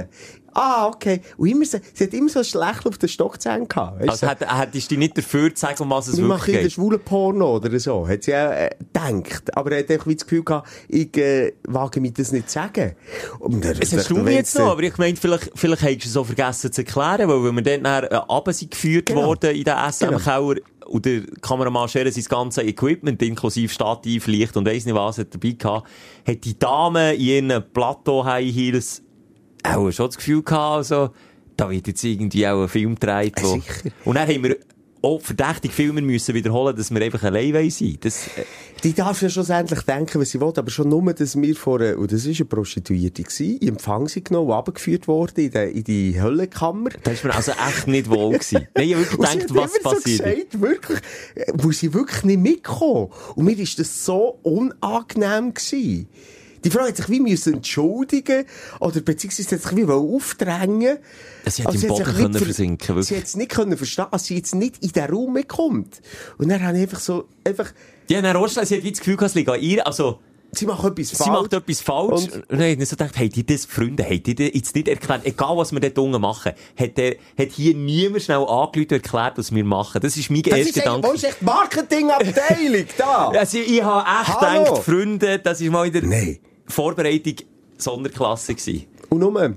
Ah, okay. Und immer so, sie hat immer so schlecht auf den Stockzähnen gehabt. Also hätt, hättest du dich nicht dafür zu sagen, um was es wir wirklich machen den geht? schwulen Porno oder so. Hat sie auch äh, gedacht. Aber er hat einfach wie das Gefühl gehabt, ich äh, wage mir das nicht zu sagen. Und er, Es hast du mich jetzt noch, aber ich meinte, vielleicht, vielleicht hast du es so vergessen zu erklären, weil, weil wir dann nachher äh, runter sind geführt Genau. worden in den S M-Keller und der Kameramann Scherer sein ganzes Equipment, inklusive Stativ, Licht und weiss nicht was, hat dabei gehabt, hat die Dame in ihren Plateau-High Heels auch schon das Gefühl gehabt, also, da wird jetzt irgendwie auch ein Film gedreht. Äh, wo- sicher. Und dann haben wir auch verdächtig Filme müssen wiederholen, dass wir einfach allein sein wollen. Das, äh, Die darf ja schlussendlich denken, was sie will, aber schon nur, dass wir vor, einer- und das war eine Prostituierte gewesen, in Empfang sind genommen, abgeführt worden in, die, in die Höllenkammer. da ist mir also echt nicht wohl gewesen. Nein, ich habe wirklich Und sie gedacht, hat was immer passiert. so gesagt, wirklich, äh, wo sie wirklich nicht mitkommen. Und mir ist das so unangenehm gewesen. Die Frau hat sich wie müssen entschuldigen oder beziehungsweise hat sich wie wollen aufdrängen. Sie hat Also im sie Boden sich nicht können ver- versinken, Sie wirklich. hat es nicht können verstehen, dass sie jetzt nicht in den Raum mehr kommt. Und dann habe ich einfach so, einfach, Die haben auch sie hat wie das Gefühl gehabt, es liegt an ihr, also, sie macht etwas sie falsch. macht etwas falsch. Und- Und dann habe ich so gedacht, hey, die das Freunde, hey, die das jetzt nicht erklärt, egal was wir dort unten machen, hat, der, hat hier niemand schnell angerufen und erklärt, was wir machen. Das ist mein Das erster ist echt, Gedanke. wo ist echt die Marketingabteilung da? Also, ich habe echt Hallo? gedacht, Freunde, das ist mal wieder Nein. Vorbereitung Sonderklasse gewesen. Und nur,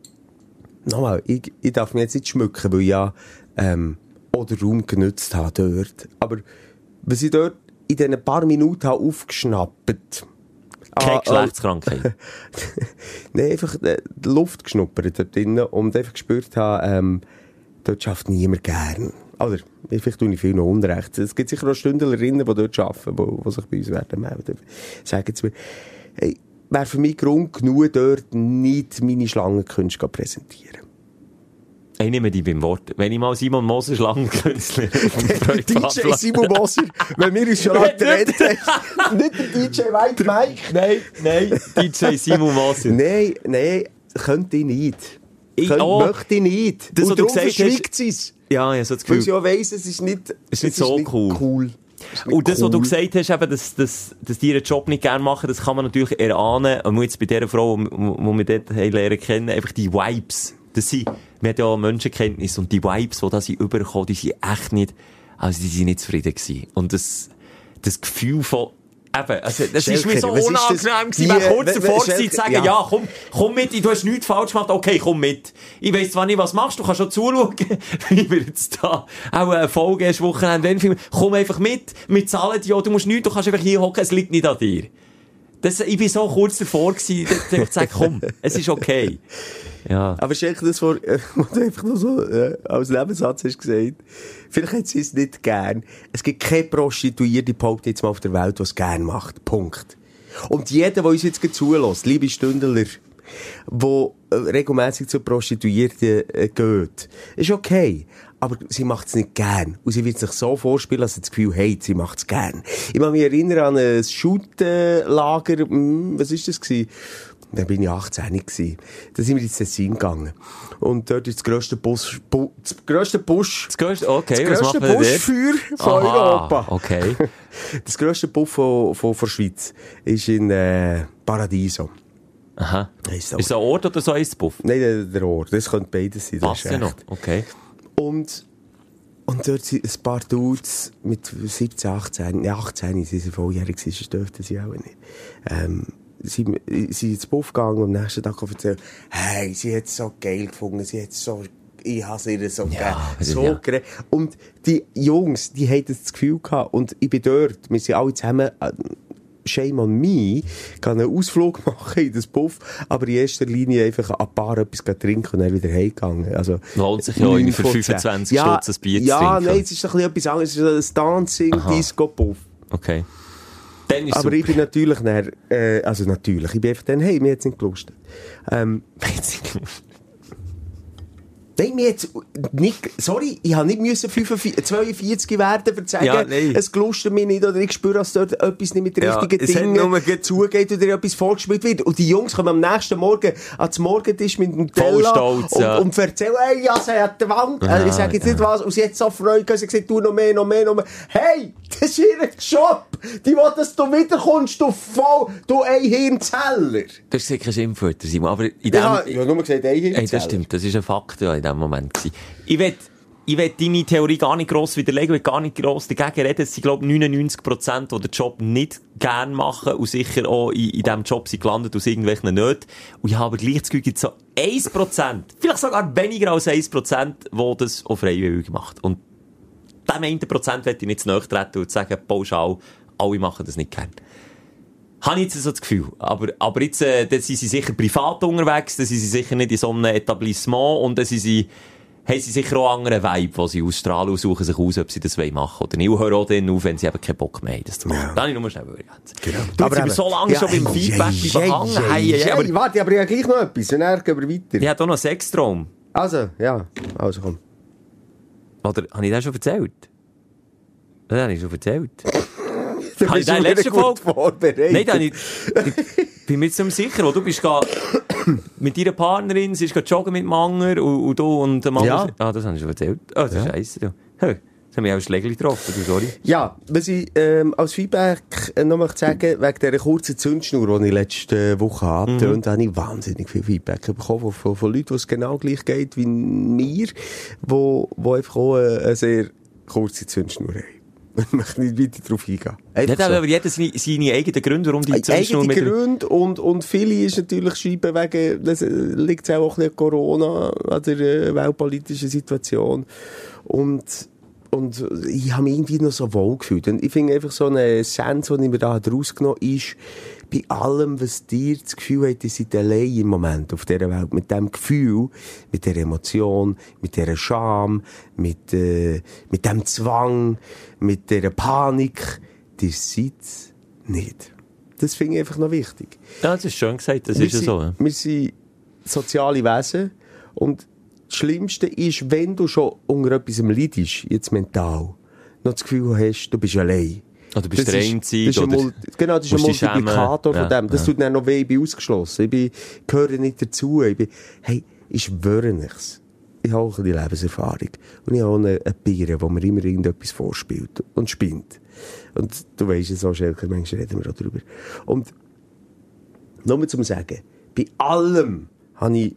nochmal, ich, ich darf mich jetzt nicht schmücken, weil ich ja, ähm, auch den Raum genutzt habe dort. Aber, was ich dort in diesen paar Minuten habe aufgeschnappt. Keine Ah, Geschlechtskrankheit. Nein, einfach äh, die Luft geschnuppert dort drinnen und einfach gespürt habe, ähm, dort schafft niemand gern. Oder, vielleicht tue ich viel noch Unrecht. Es gibt sicher auch Stündlerinnen, die dort arbeiten, die, die sich bei uns werden melden. Sagen sie mir, hey, wäre für mich Grund genug, dort nicht meine Schlangenkünste zu präsentieren. Ich nehme die beim Wort. Wenn ich mal Simon Moser Schlangenkünstler D J Simon Moser, wenn wir uns schon lange geredet haben, nicht der D J White Mike. Nein, nein, D J Simon Moser. Nein, nein, könnte ich nicht. Ich Könnte, auch. möchte ich nicht. Das, was Und du darum gesagt hast- verschweigt sie es. Ja, ich habe so das Weil Gefühl. sie auch weiss, es ist nicht, Es ist nicht so cool. cool. Es ist nicht Und das, was du cool. gesagt hast, eben, dass, dass, dass die ihren Job nicht gerne machen, das kann man natürlich erahnen. Und jetzt bei dieser Frau, die wir dort haben lernen kennen, einfach die Vibes. Das sind, wir haben ja auch Menschenkenntnis und die Vibes, die da sind übergekommen, die sind echt nicht, also die sind nicht zufrieden gewesen. Und das, das Gefühl von, eben, also, das ist mir Schelker, so was ist unangenehm das? gewesen, Die, wenn kurz äh, davor Schelker, gewesen, zu sagen, ja. ja, komm, komm mit, du hast nichts falsch gemacht, okay, komm mit. Ich weiss zwar nicht, was du machst, du kannst schon zuschauen, wie wir jetzt da auch eine Folge hast, Wochenende, wenn Film, komm einfach mit, wir zahlen dich, ja, du musst nichts, du kannst einfach hier hocken, es liegt nicht an dir. Das, ich bin so kurz davor gewesen, dass ich sage, komm, es ist okay. Ja. Aber Schelker, das vor, äh, was du einfach nur so, äh, als Nebensatz hast gesagt, vielleicht hat sie es nicht gern. Es gibt keine Prostituierte, behauptet jetzt mal auf der Welt, die es gern macht. Punkt. Und jeder, der uns jetzt zulässt, liebe Stündler, der äh, regelmässig zu Prostituierten äh, geht, ist okay. Aber sie macht es nicht gern. Und sie wird sich so vorspielen, dass sie das Gefühl hat, sie macht es gern. Ich kann mich erinnern an ein Shoot-Lager, hm, was ist das gewesen? Da bin ich achtzehn gewesen. Da sind wir ins Tessin gegangen. Und dort ist das grösste Bus, Bu, das grösste Busch, Das grösste, okay, das was grösste machen wir dort? Buschfeuer von Aha, Europa. okay. Das grösste Buff von, von, von der Schweiz ist in, äh, Paradiso. Aha. Heisst Ist es ein Ort oder so ein Buff? Nein, der, der Ort. Das könnte beides sein. Das Passt ist ja noch. recht. Okay. Und, und dort sind ein paar Dudes mit siebzehn, achtzehn, ja, achtzehn, sie sind volljährig, das dürften sie auch nicht. Ähm, sie, sie sind ins Buff gegangen und am nächsten Tag erzählt, hey, sie hat es so geil gefunden, sie hat so, ich habe ihr so Ja, geil, so ja. geil. Und die Jungs, die hatten das Gefühl gehabt, und ich bin dort, wir sind alle zusammen, äh, shame on me, kann einen Ausflug machen in das Buff, aber in erster Linie einfach ein paar etwas trinken und dann wieder heimgegangen. Also, Lohnt sich ja irgendwie für neun von zehn. fünfundzwanzig ja, Stutz ein Bier zu Ja, trinken. nein, es ist ein bisschen etwas anderes. Es ist ein Dancing-Disco-Puff. Okay. Dann ist Aber super. ich bin natürlich dann, äh, also natürlich, ich bin einfach dann, hey, mir hat's nicht gelustet. Ähm, Nein, mir jetzt nicht, sorry, ich habe nicht müssen fünfundvierzig, zweiundvierzig werden, um zu sagen, Ja, nein. es gelustert mich nicht, oder ich spüre, dass dort etwas nicht mit den Ja, richtigen es hat Dingen nur ge- zugeht oder etwas vorgespielt wird. Und die Jungs kommen am nächsten Morgen ans Morgentisch mit dem Voll Teller stolz, und, ja. und erzählen, hey, ja, sie hat die Wand, äh, ich sage jetzt nicht was, und sie hat so Freude, sie hat gesagt, du noch mehr, noch mehr, noch mehr. Hey, das ist ihr Job! Die will, dass du wiederkommst, du voll, du ein Hirnzeller! Das ist sicher ein Schimpfwörter, Simon, aber in dem... Ja, ich habe nur gesagt, ein Hirnzeller. Hey, das stimmt, das ist ein Fakt ja, in dem Moment gewesen. Ich will, ich will deine Theorie gar nicht gross widerlegen, ich will gar nicht gross dagegen reden. Es sind, glaube ich, neunundneunzig Prozent, die den Job nicht gern machen und sicher auch in, in diesem Job sind gelandet aus irgendwelchen Nöten. Und ich habe gleich das Gefühl, gibt so ein Prozent, vielleicht sogar weniger als ein Prozent, die das auch freiwillig macht. Und dem einen Prozent möchte ich nicht zu nahe treten und sagen, pauschal, alle machen das nicht gern. Habe ich jetzt so das Gefühl. Aber, aber jetzt, äh, dann sind sie sicher privat unterwegs, dann sind sie sicher nicht in so einem Etablissement und dann sind sie, haben sie sicher auch einen anderen Vibe, den sie ausstrahlen und suchen sich aus, ob sie das machen wollen oder nicht. Und hören auch dann auf, wenn sie eben keinen Bock mehr haben, das zu machen. Ja. Da habe ich nur schnell ergänzen. Genau. Du, Aber jetzt sind wir eben- so lange Ja, schon beim hey, Feedback hey, behangen. hey, Hey, hey, hey, aber warte, aber ich habe gleich noch etwas, und dann gehen wir weiter. ich habe auch noch einen Sextraum. Also, ja, also komm. Oder, habe ich das schon erzählt? Das habe ich schon erzählt. Du Habe ich bist da in der wieder letzten gut Folge? vorbereitet. Nein, da habe ich, ich bin mir jetzt nicht sicher, wo du bist ga, mit deiner Partnerin, sie ist ga joggen mit dem Anger und, und du und der Mann. Ja. Ah, das habe ich schon erzählt. Ah, das ist scheisse. Ja. Hey, jetzt haben wir auch ein Schlägchen getroffen, du, sorry. Ja, was ich ähm, als Feedback äh, noch möchte sagen, wegen dieser kurzen Zündschnur, die ich letzte Woche hatte, Mhm. und da habe ich wahnsinnig viel Feedback bekommen von, von, von Leuten, die es genau gleich geht wie mir, wo, wo einfach auch eine, eine sehr kurze Zündschnur haben. Ich möchte nicht weiter darauf eingehen. Ja, Einfach da so. hat aber jeder seine, seine eigenen Gründe, warum die Eigene Zündschnur mit... Gründe und, und viele ist natürlich schreiben wegen, das liegt es auch ein bisschen an Corona, an der äh, weltpolitischen Situation. Und, und ich habe mich irgendwie noch so wohl gefühlt. Und ich finde einfach so eine Essenz, die ich mir da rausgenommen habe, ist, bei allem, was dir das Gefühl hat, ihr seid allein im Moment auf dieser Welt, mit dem Gefühl, mit der Emotion, mit dieser Scham, mit, äh, mit dem Zwang, mit dieser Panik, ihr seid es nicht. Das finde ich einfach noch wichtig. Ja, das ist schön gesagt, das Wir ist ja sind- so. Ja. Wir sind soziale Wesen und das Schlimmste ist, wenn du schon unter etwas leidest, jetzt mental, noch das Gefühl hast, du bist allein. Oder du bist Das der ist- Einzige, das ist ein oder Mul- Genau, das ist ein musst dich Multiplikator schämen. von dem. Das Ja, tut dann noch weh, ich bin ausgeschlossen. Ich bin, gehöre nicht dazu. Ich bin, hey, ich schwöre nichts. Ich habe auch ein bisschen Lebenserfahrung. Und ich habe auch eine, eine Biere, wo mir immer irgendetwas vorspielt und spinnt. Und du weisst es auch, Schelker, manchmal reden wir auch drüber. Und nur zum Sagen, bei allem habe ich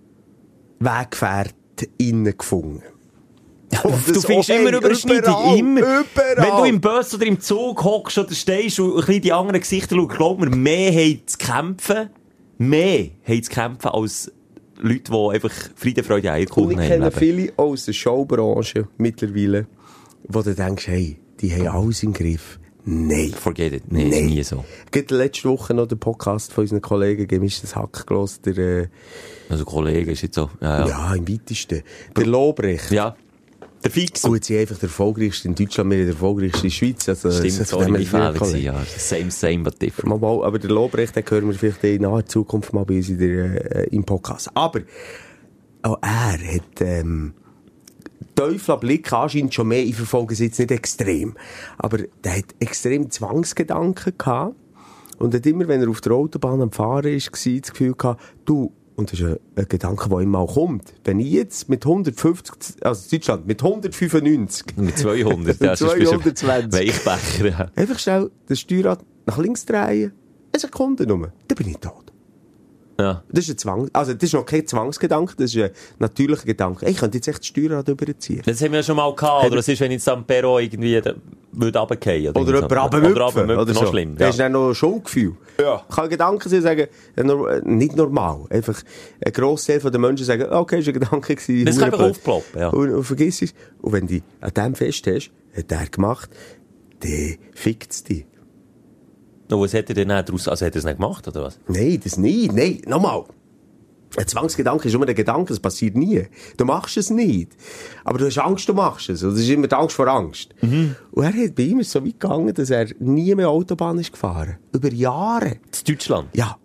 WeggefährtInnen gefunden. Du findest immer Überschneidung, überall, immer. überall. Wenn du im Bus oder im Zug hockst oder stehst und ein bisschen die anderen Gesichter schaust, glaub mir, mehr haben zu kämpfen, mehr haben zu kämpfen als Leute, die einfach Friede, Freude, Und Eierkuchen ich haben. kenne im Leben. viele auch aus der Showbranche mittlerweile, wo du denkst, hey, die haben alles im Griff. Nein. Forget it. Nein, Nein. ist nie so. Gerade letzte Woche noch den Podcast von unseren Kollegen Gemischtes Hack gehört, der, äh, Also Kollege ist jetzt so. Ja, ja. ja. im weitesten, der Lobrecht. ja. Der Fix. Gut, sie einfach der erfolgreichste in Deutschland, wir sind der erfolgreichste in der Schweiz. Also, Stimmt, das- sorry, von dem meine her Fehler wirklich. gewesen, ja. Same, same, but different. Mal, mal, aber der Lobrecht, den hören wir vielleicht in naher Zukunft mal bei uns in der, äh, im Podcast. Aber auch er hat ähm, Teufel Blick anscheinend schon mehr, ich verfolge es jetzt nicht extrem, aber der hat extrem Zwangsgedanken gehabt und hat immer, wenn er auf der Autobahn am Fahren ist, war, das Gefühl gehabt, du, und das ist ein, ein Gedanke, der ihm auch kommt, wenn ich jetzt mit hundertfünfzig, also Deutschland, mit hundertfünfundneunzig, Mit zweihundert, ja, sonst bist du zweihundertzwanzig. Weichbecher, ja. einfach schnell das Steuerrad nach links drehen, eine Sekunde nur, dann bin ich tot. Ja. Das ist ein Zwang, also das ist noch kein Zwangsgedanke, das ist ein natürlicher Gedanke. Ey, ich könnte jetzt echt das Steuerrad überziehen. Das haben wir ja schon mal gehabt. Oder was ist, wenn jetzt am Perro irgendwie da- würde runterfallen? Oder irgend jemand so. runterhüpfen. Oder runterhüpfen, Oder noch so. schlimm. Das Ja. ist dann noch ein Schuldgefühl. Ja. Kann ein Gedanke sein, sagen, äh, nor- äh, nicht normal. Einfach, ein Grossteil der Menschen sagen, okay, ist ein Gedanke gewesen. Das kann Hurenblöd. einfach aufploppen, ja. Und, und vergiss es. Und wenn du an dem festhältst, hat er gemacht, dann fickt es dich. Und was hat er denn daraus, also hat er es nicht gemacht, oder was? Nein, das nicht. Nein, nochmal. Ein Zwangsgedanke ist immer ein Gedanke, es passiert nie. Du machst es nicht. Aber du hast Angst, du machst es. Und das ist immer die Angst vor Angst. Mhm. Und er hat bei ihm ist so weit gegangen, dass er nie mehr Autobahn ist gefahren. Über Jahre. In Deutschland? Ja.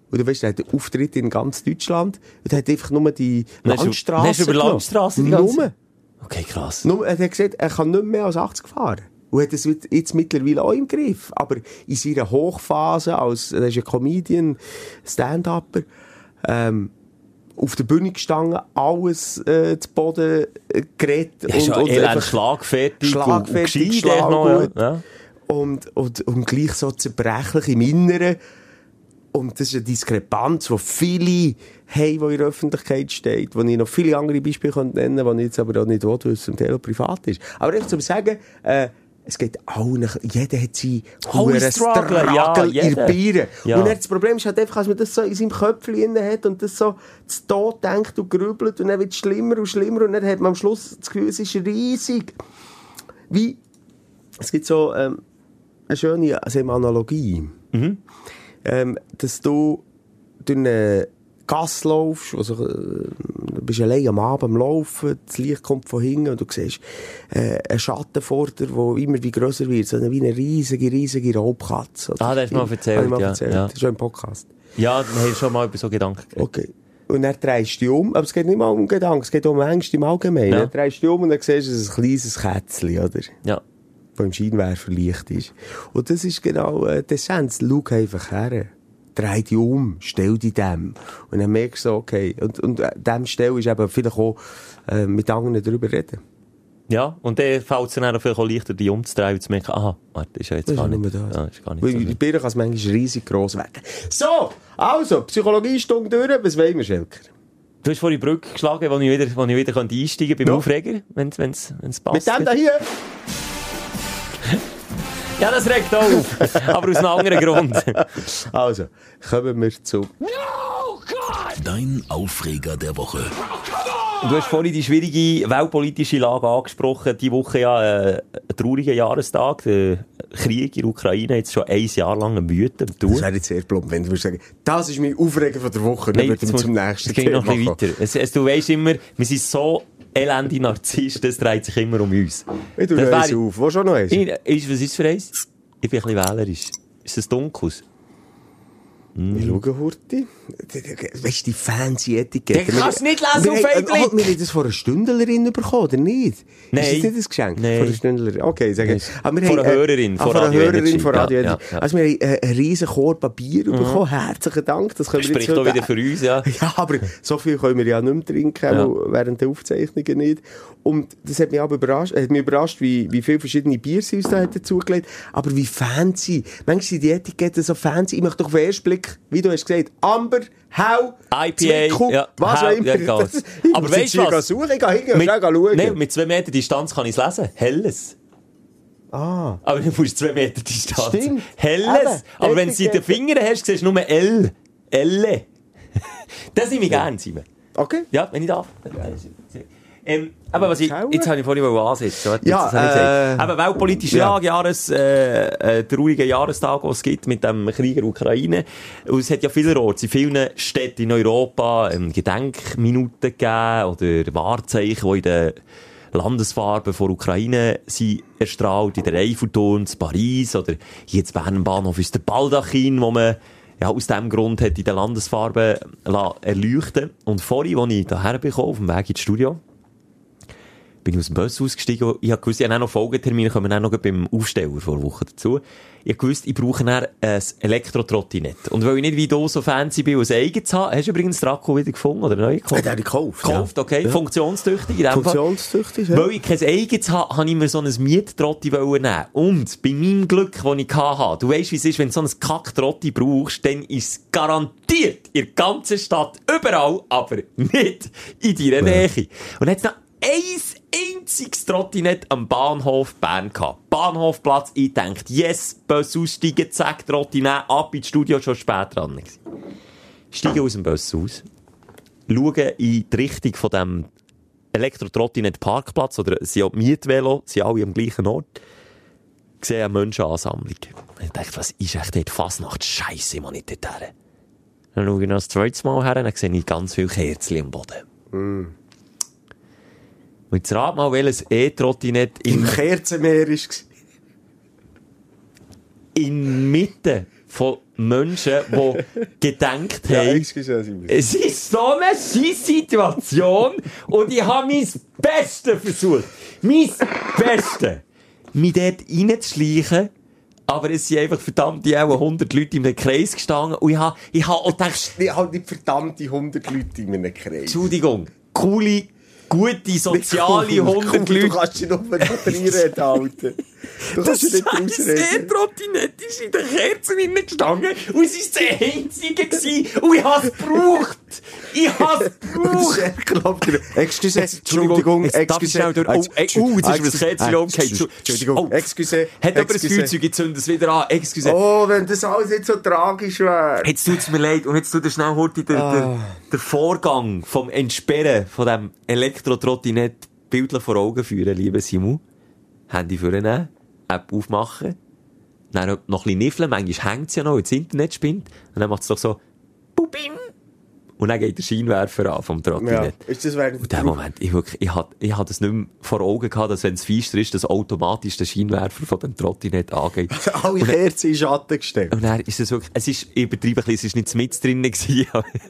Und du weißt, er hat einen Auftritt in ganz Deutschland. Und er hat einfach nur die Dann hast du- Landstraße dann hast du über genommen. Landstrasse die ganze- Nur. Okay, krass. Nur, er hat gesagt, er kann nicht mehr als achtzig fahren. Und hat es jetzt mittlerweile auch im Griff. Aber in seiner Hochphase, als, er ist ein Comedian, Stand-Upper, ähm, auf der Bühne gestanden, alles äh, zu Boden äh, geredet. Ja, schon elend schlagfertig, schlagfertig, und gescheit noch, schlaggut. ja. Und, und, und gleich so zerbrechlich im Inneren. Und das ist eine Diskrepanz, die viele haben, die in der Öffentlichkeit steht, wo ich noch viele andere Beispiele nennen könnte, die ich jetzt aber auch nicht will, weil es zum Teil auch privat ist. Aber einfach zu sagen, äh, es geht allen, jeder hat seinen Alle hohen strugglen, Struggle ja, in der jeder. Birne. Ja. Und dann das Problem ist halt einfach, dass man das so in seinem Köpfchen drin hat und das so zu Tod denkt und grübelt und dann wird es schlimmer und schlimmer und dann hat man am Schluss das Gefühl, es ist riesig. Wie, es gibt so ähm, eine schöne also eine Analogie, Mhm. ähm, dass du durch eine Gasse laufst, also, äh, du bist allein am Abend am Laufen, das Licht kommt von hinten und du siehst äh, einen Schatten vor dir, der immer wie grösser wird, so eine, wie eine riesige, riesige Raubkatze. Ah, das hast du mal erzählt, Habe ich mal ja, erzählt. ja. Das ist schon im Podcast. Ja, dann hast du schon mal über so Gedanken geredet. Okay. Und dann drehst du dich um, aber es geht nicht mal um Gedanken, es geht um Ängste im Allgemeinen. Ja. Dann drehst du dich um und dann siehst du, es ist ein kleines Kätzchen, oder? Ja. Das im Scheinwerfer Licht ist. Und das ist genau äh, die Essenz. Schau einfach her. Dreh dich um, stell dich dem. Und dann merkst du so, okay. Und, und äh, dem Stell ist eben vielleicht auch äh, mit anderen darüber reden. Ja, und dann fällt es dann auch vielleicht auch leichter, dich umzudrehen und zu merken, aha, warte, das ist ja jetzt Das ist gar nur nicht, das. ja, ist gar nicht Weil so die schlimm. Birne kann es manchmal riesig gross werden. So, also, Psychologiestunde durch. Was wollen wir, Schelker? Du hast vorhin die Brücke geschlagen, wo ich wieder, wo ich wieder könnte einsteigen beim Ja. Aufreger, wenn es passt. Mit dem da hier? Ja, das regt auch auf, aber aus einem anderen Grund. Also, kommen wir zu... Dein Aufreger der Woche. Du hast vorhin die schwierige weltpolitische Lage angesprochen. Die Woche ja äh, ein trauriger Jahrestag. Der Krieg in der Ukraine jetzt schon ein Jahr lang am Wüten. Das wäre jetzt sehr plump, wenn du würdest sagen, das ist mein Aufreger von der Woche. Dann Nein, würden wir jetzt zum muss- nächsten es geht noch ein Thema bisschen weiter. Es, es, du weisst immer, wir sind so elende Narzissten, es dreht sich immer um uns. Ich tue Das noch eins wäre- auf. Wo schon noch eins? Ich, ist, was ist für eins? Ich bin ein bisschen wählerisch. Ist es dunkles? Wir schauen, Hurti. Weißt du, die fancy Etikette. Den kannst du nicht lesen Wir auf haben- Feindling. oh, wir haben das von einer Stündlerin bekommen, oder nicht? Nein. Ist das nicht ein Geschenk? Nein. Von einer Stündlerin. Okay, sage ich. Nein. Aber wir Von haben, einer äh, Hörerin, ah, von von einer Radio Hörerin Energy. von Radio Ja, Energy. ja, ja. Also wir haben äh, einen riesen Korb Bier bekommen. Herzlichen Dank. Das können wir Spricht jetzt auch heute- wieder für uns, ja. Ja, aber so viel können wir ja nicht mehr trinken, Ja. auch während der Aufzeichnungen nicht. Und das hat mich auch überrascht, hat mich überrascht, wie, wie viele verschiedene Bier sie uns da hat dazugelegt. Aber wie fancy. Manchmal sind die Etiketten so fancy. Ich möchte auf den ersten Blick, wie du hast gesagt, Amber, Hau, I P A, Zwickel, ja, was Hau, auch immer. ja, geht's. Das- ich Aber muss weisst jetzt du hier was? suchen, ich gehe hin und Mit, schnell schauen. nein, mit zwei Meter Distanz kann ich es lesen. Helles. Ah. Aber du musst zwei Meter Distanz. Stimmt. Helles. Eben, Aber wenn du sie in den Etikette. Fingern hast, siehst du nur L. Elle. Das nehme ich gerne, Simon. Okay. Ja, wenn ich darf. Ähm, aber was ich, Schauen. jetzt habe ich vorhin ansetzen. Warte, Ja, jetzt habe ich äh, gesagt. Aber weltpolitische ja. Lage, Jahres, äh, äh, traurigen Jahrestag, den es gibt mit dem Krieg in der Ukraine. Und es hat ja vielerorts, in vielen Städten in Europa, ähm, Gedenkminuten gegeben oder Wahrzeichen, die in den Landesfarben von Ukraine sind erstrahlt, in der Eiffelturm, in Paris oder hier in Bern am Bahnhof ist der Baldachin, wo man ja, aus diesem Grund hat in den Landesfarben la- erleuchten. Und vorhin, als ich hierher bin, auf dem Weg ins Studio, bin ich aus dem Bus ausgestiegen. Ich habe gewusst, ich habe auch noch Folgetermine, kommen auch noch beim Aufsteller vor einer Woche dazu. Ich habe gewusst, ich brauche dann ein Elektro-Trottinett. Und weil ich nicht wie du so fancy bin, ein eigenes habe, hast du übrigens den Akku wieder gefunden oder neu gekauft? Hat er gekauft? Gekauft, okay. Ja. Funktionstüchtig in dem Fall. Funktionstüchtig, ja. Weil ich kein eigenes habe, habe ich mir so ein Miettrotti nehmen. Und bei meinem Glück, das ich hatte, du weisst, wie es ist, wenn du so ein Kack-Trotti brauchst, dann ist es garantiert in der ganzen Stadt, überall, aber nicht in deiner Nähe. Und dann hat es noch ein einziges Trottinett am Bahnhof Bern gehabt. Bahnhofplatz, ich dachte, yes, Bus aussteigen, zack, Trottinett, ab ins Studio, schon spät dran gewesen. Steige aus dem Bus aus, schaue in die Richtung von dem Elektro-Trottinett-Parkplatz, oder sie haben Mietvelo, sie alle am gleichen Ort, sehe eine Menschenansammlung. Und ich dachte, was ist echt dort Fasnacht? Scheisse, ich muss nicht dort her. Dann schaue ich noch das zweite Mal her, dann sehe ich ganz viele Kerzen am Boden. Mm. Und jetzt rat mal, welches E-Trottinett Im in, Kerzenmeer war es. in Mitte von Menschen, die gedacht Ja, haben, excuse, es ist so eine Scheiss-Situation und ich habe mein Bestes versucht. Mein Bestes. Mich dort reinzuschleichen. Aber es sind einfach verdammte auch hundert Leute in einem Kreis gestanden. Und ich habe, ich habe auch gedacht, ich habe nicht verdammte hundert Leute in einem Kreis. Entschuldigung, coole, gute, soziale Cool, hundert cool, Leute. Du kannst dich nur von reden, Alter. Du kannst dich nicht rausreden. E-Trottinett ist in den Kerzen reingestanden und es war das Einzige gewesen. Und ich habe es gebraucht. Ich habe es gebraucht. Excuse, Entschuldigung, Jetzt darf ich excuse. schnell durch. Oh, ey, oh, jetzt ist mir das Kerzchen umgekehrt. Entschuldigung, Oh, excuse. hat jemand ein excuse. Feuerzeug, jetzt zündet es wieder an. Excuse. Oh, wenn das alles nicht so tragisch wäre. Jetzt tut's mir leid. Und jetzt tut er schnell heute der, Ah. der, der Vorgang vom Entsperren von dem Elektro-Trottinett bildlich vor Augen führen, lieber Simon. Handy vornehmen, App aufmachen, dann noch ein bisschen niffeln, manchmal hängt es ja noch, wenn das Internet spinnt, und dann macht es doch so, Bubim! Und dann geht der Scheinwerfer an vom Trottinett. Ja, ist das während Und in dem Moment, ich wirklich, ich hatte, ich hatte das nicht mehr vor Augen gehabt, dass wenn es feister ist, dass automatisch der Scheinwerfer von dem Trottinett angeht. alle Kerzen in Schatten gestellt. Und dann ist es wirklich, es ist, ich übertreibe ein bisschen, es ist nicht mit drinnen gewesen.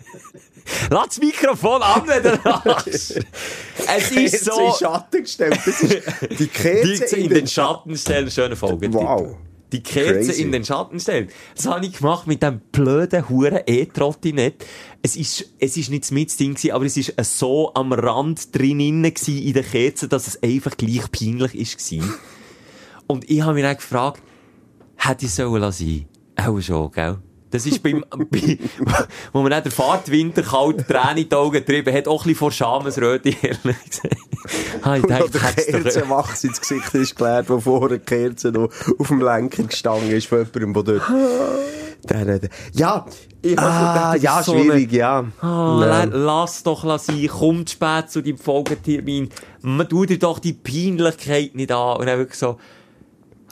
Lass das Mikrofon an, wenn du lachst. Es ist so. Kerzen in Schatten gestellt. Das ist die Kerzen Die in den Schatten stellen, schöner Folge. Wow. Die Kerzen Crazy. in den Schatten stellen. Das habe ich gemacht mit dem blöden Huren E-Trottinett. Es ist, es ist nicht das Mitzding gewesen, aber es ist so am Rand drinnen gewesen in den Kerzen, dass es einfach gleich peinlich ist gewesen. Und ich habe mich dann gefragt, hätte ich sollen lassen? Auch schon, gell? Das ist beim, bei, wo man dann der Fahrtwinter kalt Tränen in die Augen getrieben hat, auch ein bisschen vor Schamesröte, ehrlich gesagt. Ah, ich Und dachte, der hätt's doch- Kerzenwachs ins Gesicht ist gelehrt, wo vorher die Kerze noch auf dem Lenker gestanden ist von jemandem, der dort... Der, der, der. Ja, Ich hab ah, gedacht, das ja, ist so schwierig, ja. Ah, Ja. la- lass doch sein, komm zu spät zu deinem Folgetermin. Man tut dir doch die Peinlichkeit nicht an. Und dann wirklich so, ah,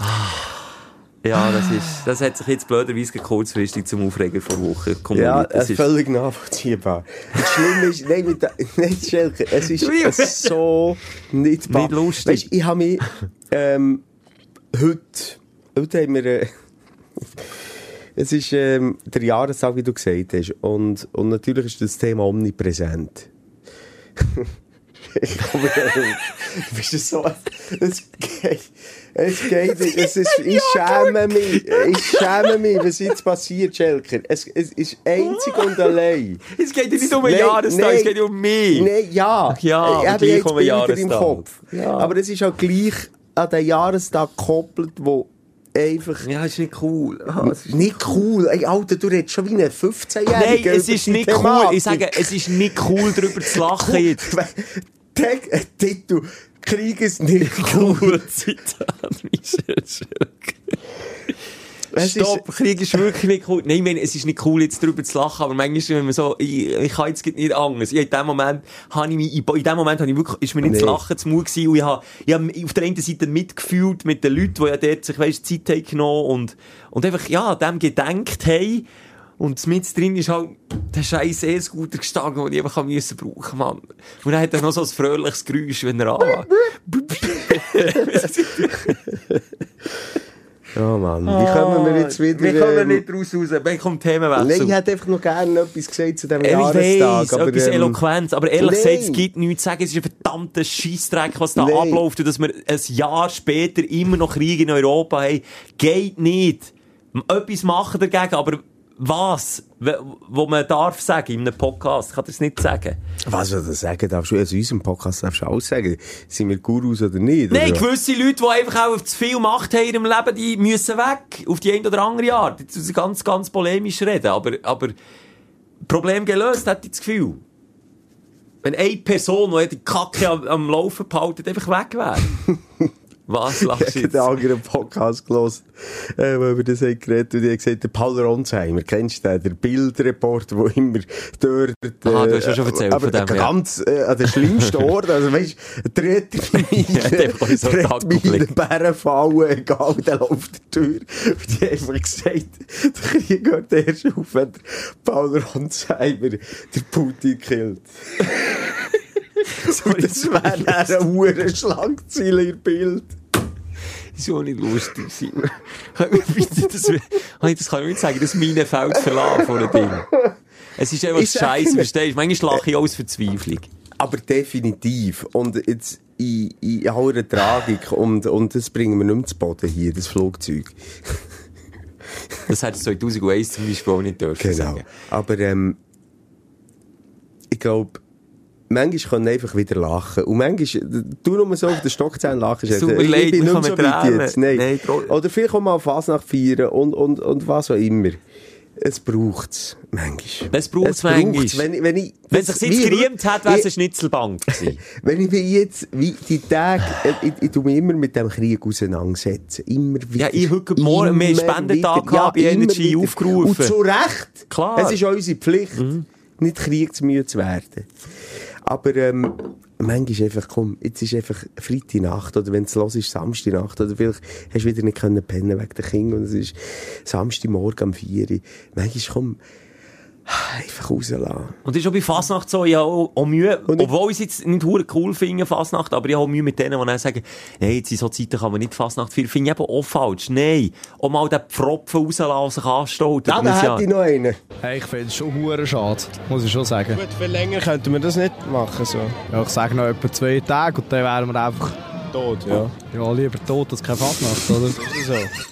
ja, das ist, das hat sich jetzt blöderweise kurzfristig zum Aufreger vor Woche Ja, kumuliert. Das es ist, völlig nachvollziehbar. Das Schlimme ist, nein, mit der, nein, Schelke, es ist Wie? es so nicht wahr. Nicht lustig. Weisst, ich habe mich, ähm, heute, heute haben wir, äh, es ist, ähm, der Jahrestag, wie du gesagt hast. Und, und natürlich ist das Thema omnipräsent. Ich komme, du bist so, es geht, es geht, es ist, ich schäme mich, ich schäme mich, was jetzt passiert, Schelker. Es, es ist einzig und allein. es geht ja nicht um einen Nein, Jahrestag, nein. es geht ja um mich. Nein, ja. Ach ja, ich aber habe gleich jetzt um einen Bilder im Jahrestag. Kopf. Ja. Aber es ist auch gleich an den Jahrestag gekoppelt, wo einfach... Ja, ist nicht cool. Ah, es ist Nicht cool. Ey, Alter, du redest schon wie ein fünfzehnjähriger. Nein, es über ist die nicht cool. Thematik. Ich sage, es ist nicht cool, darüber zu lachen jetzt. Tag, äh, Titel, Krieg ist nicht cool. Cool Zitat, Michel Schölker. Es Stopp, Krieg ist wirklich nicht cool. Nein, ich meine, es ist nicht cool, jetzt darüber zu lachen, aber manchmal, wenn man so, ich, ich kann jetzt nicht anders. Ich, in dem Moment, habe ich mich, in dem Moment habe ich wirklich, ist mir nicht Nee. zu lachen zu Mut gewesen, und ich habe, ich habe auf der einen Seite mitgefühlt mit den Leuten, die ja dort sich, weisst, Zeit haben genommen und, und einfach, ja, dem gedenkt haben. Und mit drin ist halt der scheiß E-Scooter gestanden, den ich einfach haben müssen brauchen, Mann. Und dann hat er noch so ein fröhliches Geräusch, wenn er an war. Ja, Mann. Wie kommen wir jetzt wieder... Wir kommen ähm, nicht raus raus. Wir kommen Themenwechsel. Nein, ich hätte einfach noch gerne etwas gesagt zu diesem Ich Jahrestag. weiss, etwas ähm, Eloquenz, aber ehrlich nein. gesagt, es gibt nichts zu sagen, es ist ein verdammter Scheissdreck, was da Nein. abläuft, und dass wir ein Jahr später immer noch Krieg in Europa haben, geht nicht. Etwas machen dagegen, aber was? W- Wo man darf sagen in einem Podcast, kann das nicht sagen. Was soll das sagen? Darfst du, also in unserem Podcast darfst du alles sagen. Sind wir Gurus oder nicht? Nein, oder? gewisse Leute, die einfach auch zu viel Macht haben in ihrem Leben, die müssen weg. Auf die eine oder andere Art. Jetzt muss ich ganz, ganz polemisch reden, aber, aber, Problem gelöst, hätte ich das Gefühl. Wenn eine Person, die die Kacke am, am Laufen behalten, einfach weg wäre. Was lachst Ich du habe jetzt? den anderen Podcast gehört, äh, wo wir das haben geredet, und die haben gesagt, der Paul Ronsheimer, kennst du den, der Bildreporter, der immer dort... Äh, Aha, du hast ja schon erzählt aber von dem, ja. ganz, äh, an der schlimmsten Ort, also weisst du, dreht Ja, der war so dreht Tagblick. Meilen, Bären fallen, egal, der läuft der Tür. Und die haben einfach gesagt, der Krieg hört erst auf, wenn der Paul Ronsheimer der Putin killt. Und das wäre dann eine hohe Schlagzeile in Bild. so nicht lustig sein. das, das kann ich nicht sagen, das Minenfeld verlassen von einem Ding. Es ist einfach scheiße, verstehst du? Manchmal lache ich aus Verzweiflung. Aber definitiv. Und jetzt in, in aller Tragik. Und, und das bringen wir nicht mehr zu Boden hier, das Flugzeug. Das hättest du zweitausendeins zum Beispiel auch nicht dürfen genau. sagen. Aber ähm, ich glaube, manchmal können einfach wieder lachen. Und manchmal, du nur so auf den Stockzähnen lachen. Es tut mir ich leid, bin wir nicht so weit tränen. jetzt. Nein. Nein, Oder vielleicht auch mal Fasnacht feiern und, und, und was auch immer. Es braucht's manchmal. Es braucht's manchmal. Wenn, wenn, ich, wenn es sich jetzt geriemt hat, wäre es eine Schnitzelbank gewesen. Wenn ich mich jetzt, wie die Tage, ich, ich tue mich immer mit dem Krieg auseinandersetzen. Immer wieder. Ja, ich heute Morgen mehr Spendentag gehabt, bei Energy aufgerufen. Und zu Recht. Klar. Es ist auch unsere Pflicht, mhm. nicht kriegsmüde zu werden. Aber, ähm, manchmal einfach, komm, jetzt ist einfach Freitagnacht, oder wenn es los ist, Samstagnacht, oder vielleicht hast du wieder nicht können pennen wegen der Kinder, und es ist Samstagmorgen um vier Uhr. Manchmal, komm, einfach rauslassen. Und das ist auch bei Fasnacht so, ich habe auch, auch Mühe, und obwohl ich es jetzt nicht verdammt cool finde, Fasnacht, aber ich habe auch Mühe mit denen, die dann sagen, nein, jetzt in so Zeiten kann man nicht Fasnacht feiern, finde ich eben auch falsch. Nein, auch mal den Pfropfen rauslassen, sich anstauten. Ja, da hätte ja... ich noch einen. Hey, ich finde es schon verdammt schade, muss ich schon sagen. Gut, viel länger könnten wir das nicht machen, so. Ja, ich sage noch etwa zwei Tage und dann wären wir einfach... Tot, ja. Ja, lieber tot als keine Fasnacht, oder? Das ist so.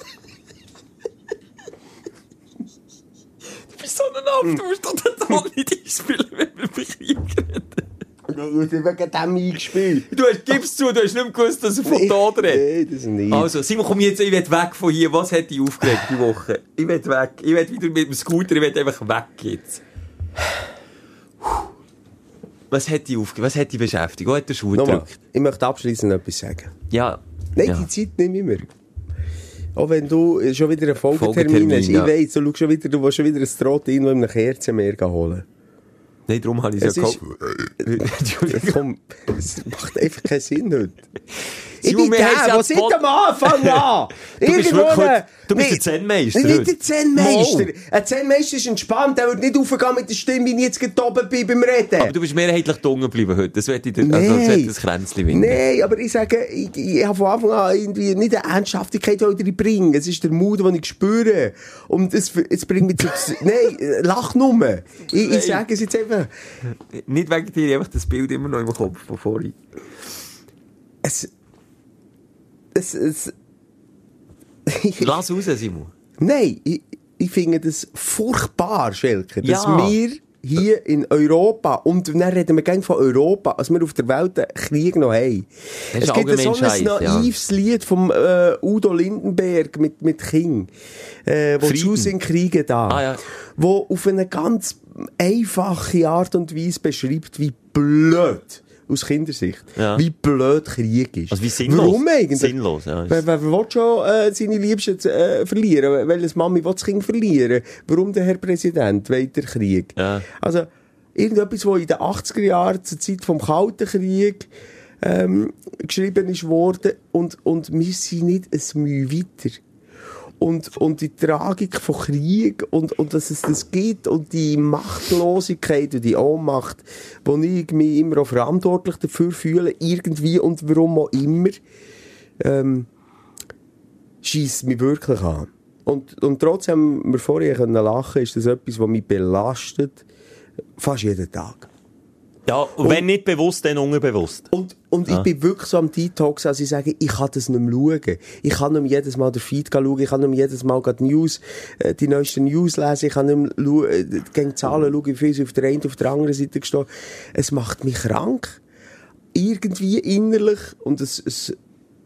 So einen Abend, du musst doch total nicht einspielen, wenn wir über Krieg reden. Wegen dem eingespielt. Du hast, gibst zu, du hast nicht mehr gewusst, dass er von Tod redet. Nein, das nicht. Also, Simon, komm jetzt, ich will weg von hier. Was hat dich aufgeregt die Woche? Ich will weg. Ich will wieder mit dem Scooter, ich will einfach weg jetzt. Was hat dich aufgeregt? Was hat dich beschäftigt? Wo hat der Schuh gedrückt? Ich möchte abschliessend etwas sagen. Ja. Nein, ja. die Zeit nehme ich mehr. Auch wenn du schon wieder einen Folgetermin, Folgetermin hast. ja. Ich weiss, du, schon wieder, du willst schon wieder ein Strot irgendwo in einem Kerzenmeer holen. Nein, darum habe ich es ja gekauft. Komm, es macht einfach keinen Sinn heute. Ich bin der, der seit am Anfang an. Du bist wirklich, du bist der Zen-Meister. Nicht der Zen-Meister. Ein Zen-Meister ist entspannt, der wird nicht aufgehen mit der Stimme, wie ich jetzt gerade oben bin beim Reden. Aber du bist mehrheitlich dunkel geblieben heute. Das wird ich dir, also, das wird das Kränzchen winden. Nein, aber ich sage, ich, ich habe von Anfang an irgendwie nicht eine Ernsthaftigkeit bringen. Es ist der Mut, den ich spüre. Und es, es bringt mich zu... Nein, lach nur. Ich, ich sage es jetzt einfach. Nicht wegen dir, einfach das Bild immer noch im Kopf von vorhin. Es... Es, es, Lass raus, Simon. Nein, ich, ich finde das furchtbar, Schelker, dass ja. wir hier in Europa, und dann reden wir gerne von Europa, als wir auf der Welt einen Krieg noch haben. Es gibt so ein Scheiß, naives ja. Lied vom äh, Udo Lindenberg mit, mit King, äh, wo Schuss in Kriege da, ah, ja. wo auf eine ganz einfache Art und Weise beschreibt, wie blöd aus Kindersicht. Ja. Wie blöd Krieg ist. Also wie sinnlos. Warum eigentlich? Sinnlos, ja. Wer, wer will schon äh, seine Liebsten äh, verlieren? Welches Mami will das Kind verlieren? Warum der Herr Präsident will der Krieg? Ja. Also, irgendetwas, was in den achtziger Jahren, zur Zeit vom Kalten Krieg, ähm, geschrieben ist worden, und, und wir sind nicht ein Mühe weiter. Und, und die Tragik von Krieg und, und dass es das gibt und die Machtlosigkeit und die Ohnmacht, wo ich mich immer auch verantwortlich dafür fühle, irgendwie und warum auch immer, ähm, scheisst mich wirklich an. Und, und trotzdem, wir vorher können lachen, ist das etwas, was mich belastet, fast jeden Tag. Ja, und wenn und, nicht bewusst, dann unbewusst. Und, und ja. ich bin wirklich so am Detox, als ich sage, ich kann das nicht mehr schauen. Ich kann nicht mehr jedes Mal den Feed schauen, ich kann nicht mehr jedes Mal die News, äh, die neuesten News lesen, ich kann nicht mehr schauen, äh, gegen Zahlen schauen, wie viel sie auf der einen und auf der anderen Seite gestehen. Es macht mich krank. Irgendwie innerlich. Und es, es,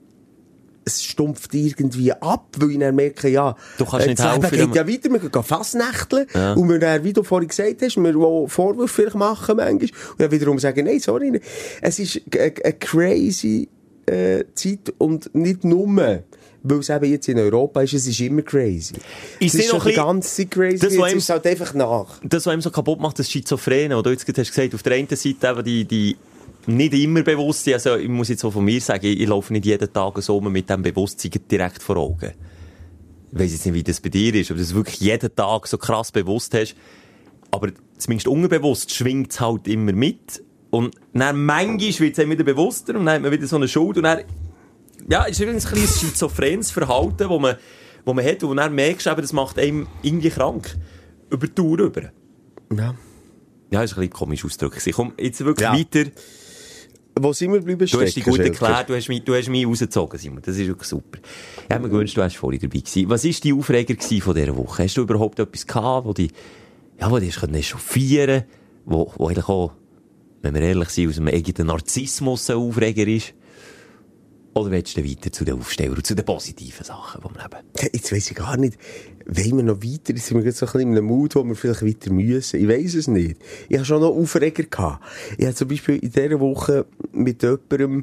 es stumpft irgendwie ab, weil ich dann merke, ja, du kannst äh, nicht das helfen, Leben geht ja weiter, wir gehen Fastnächteln, ja. und wir dann, wie du vorhin gesagt hast, wir auch Vorwürfe vielleicht machen manchmal, und dann wiederum sagen, nein, sorry, es ist eine, eine crazy äh, Zeit, und nicht nur, weil es eben jetzt in Europa ist, es ist immer crazy. Ich es ist schon die ganze crazy, das, jetzt ist es halt einfach nach. Das, was einem so kaputt macht, das Schizophrene, oder du jetzt hast gesagt, auf der einen Seite eben die, die nicht immer Bewusstsein, also ich muss jetzt so von mir sagen, ich, ich laufe nicht jeden Tag so mit dem Bewusstsein direkt vor Augen. Ich weiss jetzt nicht, wie das bei dir ist, aber dass du wirklich jeden Tag so krass bewusst hast, aber zumindest unbewusst schwingt es halt immer mit, und dann manchmal wird es einem wieder bewusster, und dann hat man wieder so eine Schuld, und dann Ja, es ist übrigens ein bisschen ein schizophrenes Verhalten, das man, wo man hat, und dann merkst du, das macht einem irgendwie krank. Über die Tour rüber. Ja. Ja, das ist ein bisschen komisch ausgedrückt. Komm, jetzt wirklich Ja. weiter. Wo sind wir bleiben Du hast dich stecken, gut Schelker? erklärt, du hast mich, du hast mich rausgezogen, Simon. Das ist wirklich super. Ich hätte mir gewünscht, du wärst vorhin dabei gewesen. Was war die Aufreger von dieser Woche? Hast du überhaupt etwas gehabt, wo die, ja, wo die hast chauffieren, wo, wo eigentlich auch, wenn wir ehrlich sind, aus einem eigenen Narzissmus ein Aufreger ist? Oder willst du weiter zu den Aufstellern und zu den positiven Sachen, die wir haben? Jetzt weiss ich gar nicht, wollen wir noch weiter? Jetzt sind wir jetzt so ein bisschen in einem Mut, wo wir vielleicht weiter müssen. Ich weiss es nicht. Ich habe schon noch Aufreger gehabt. Ich habe zum Beispiel in dieser Woche mit jemandem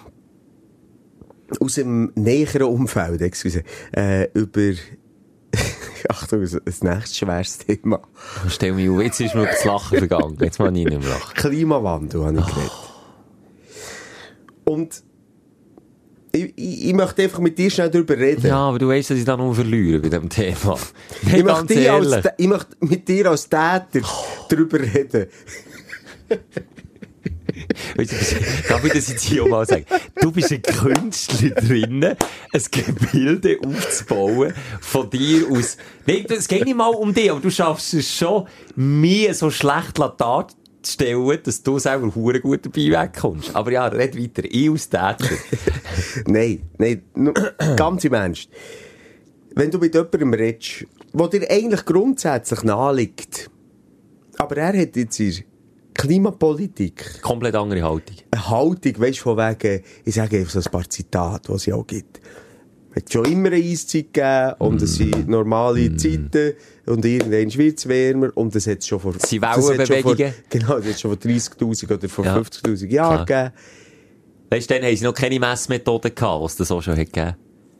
aus dem näheren Umfeld, excuse, äh, über, Achtung, ein nächstes schweres Thema. Stell mich auf, jetzt ist mir das Lachen vergangen. Jetzt mal nicht mehr lachen. Klimawandel, habe ich geredet. Und Ich, ich, ich möchte einfach mit dir schnell darüber reden. Ja, aber du weißt, dass ich da noch verliere bei diesem Thema. Ich möchte, dir als, ich möchte mit dir als Täter darüber reden. Weißt du, darf ich das jetzt hier auch mal sagen? Du bist ein Künstler drinnen, ein Gebilde aufzubauen von dir aus. Nein, es geht nicht mal um dich, aber du schaffst es schon, mir so schlecht darzustellen, dass du selber verdammt gut dabei wegkommst. Aber ja, red weiter. Ich als Täter. Nein, nein, nur, ganz im Ernst. Wenn du mit jemandem redest, der dir eigentlich grundsätzlich naheliegt, aber er hat jetzt in Klimapolitik Komplett andere Haltung. eine Haltung, weisst du, von wegen, ich sage einfach so ein paar Zitate, die es ja auch gibt. Es hat schon immer eine Eiszeit gegeben, und es sind normale mm. Zeiten, und irgendwann wird es wärmer, und das hat es schon vor... Das sind Wellenbewegungen. Genau, das hat schon vor dreissigtausend oder vor Ja. fünfzigtausend Jahren Klar. gegeben. Weißt du, dann haben sie noch keine Messmethoden gehabt, was das auch schon hat gegeben.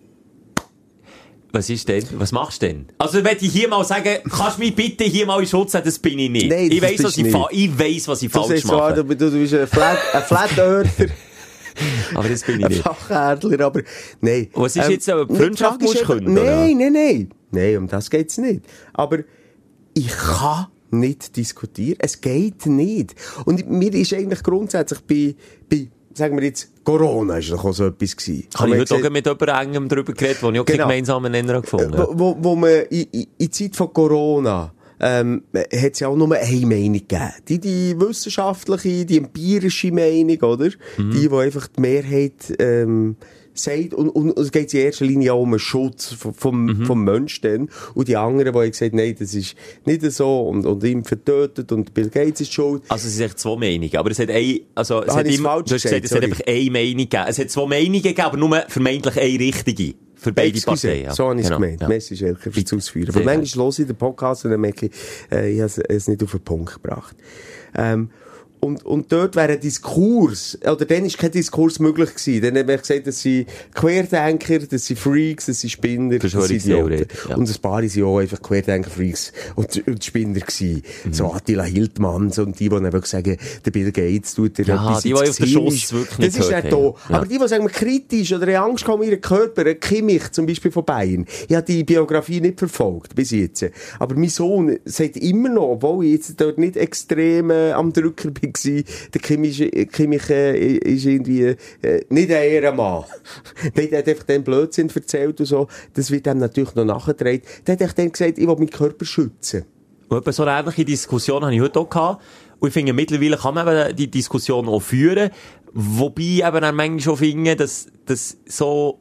Was ist denn? Was machst du denn? Also, wenn ich hier mal sagen, kannst du mich bitte hier mal in Schutz nehmen, das bin ich nicht. Nein, ich das weiss, was bist ich, du fa- ich weiss, was ich Du falsch sagst zwar, mache. du, du bist ein Flat, ein Flat Earther, Aber das bin ich ein nicht. Fachhändler, aber nein. Was ist jetzt, aber die Freundschaft die Frage musst ist du einfach- können, oder? Nein, nein, nein. Nein, um das geht's nicht. Aber ich kann nicht diskutieren. Es geht nicht. Und mir ist eigentlich grundsätzlich bei, bei sagen wir jetzt, Corona ist doch auch so etwas gewesen. Habe ich heute gesagt, auch mit jemandem engem darüber geredet, wo ich auch keinen Genau. gemeinsamen Nenner gefunden habe. Wo, wo, wo man in, in, in Zeit von Corona, ähm, hat es ja auch nur eine Meinung gegeben. Die, die wissenschaftliche, die empirische Meinung, oder? Mhm. Die, die einfach die Mehrheit, ähm, sagt, und, und, und es geht in erster Linie auch um den Schutz vom, vom, Mhm. vom Menschen dann. Und die anderen, die haben gesagt, nein, das ist nicht so, und, und ihn vertötet, und Bill Gates ist schuld. Also, es sind echt zwei Meinungen. Aber es hat ein, also, es Ah, hat habe ich immer, falsch du hast gesagt, gesagt, es hat sorry. einfach eine Meinung gegeben. Es hat zwei Meinungen gegeben, aber nur vermeintlich eine richtige. Für beide Excuse, Parteien. Ja. so habe ich es Genau. gemeint. Ja. Messi Schelker fürs Ausführen. Sehr Aber manchmal höre ich den Podcast und dann merke ich, äh, ich habe es- es nicht auf den Punkt gebracht. Ähm, und, und dort wäre ein Diskurs, oder dann ist kein Diskurs möglich gewesen. Dann haben wir gesagt, das sind Querdenker, das sind Freaks, das sind Spinner, das sind Idioten. Verschwörungstheoretiker, ja. Und ein paar sind auch einfach Querdenker, Freaks und, und Spinner gewesen. Mhm. So Attila Hildmanns und die, die dann wirklich sagen, der Bill Gates tut dir Ja, etwas die, ins die auf den Gehirn. Schuss wirklich nicht Das ist gehört nicht da. haben. Ja. Aber die, die sagen, kritisch oder haben Angst haben um ihren Körper, ein Kimmich zum Beispiel von Bayern. Ich habe die Biografie nicht verfolgt, bis jetzt. Aber mein Sohn sagt immer noch, obwohl ich jetzt dort nicht extrem äh, am Drücker war, der Kimmich, Kimmich äh, ist irgendwie äh, nicht ein Ehrenmann. Nein, der hat einfach den Blödsinn erzählt und so. Das wird ihm natürlich noch nachgetragen. Der hat echt dann gesagt, ich will meinen Körper schützen. Und etwa so eine ähnliche Diskussion habe ich heute auch gehabt. Und ich finde, mittlerweile kann man eben die Diskussion auch führen. Wobei ich eben dann manchmal schon finde, dass, dass so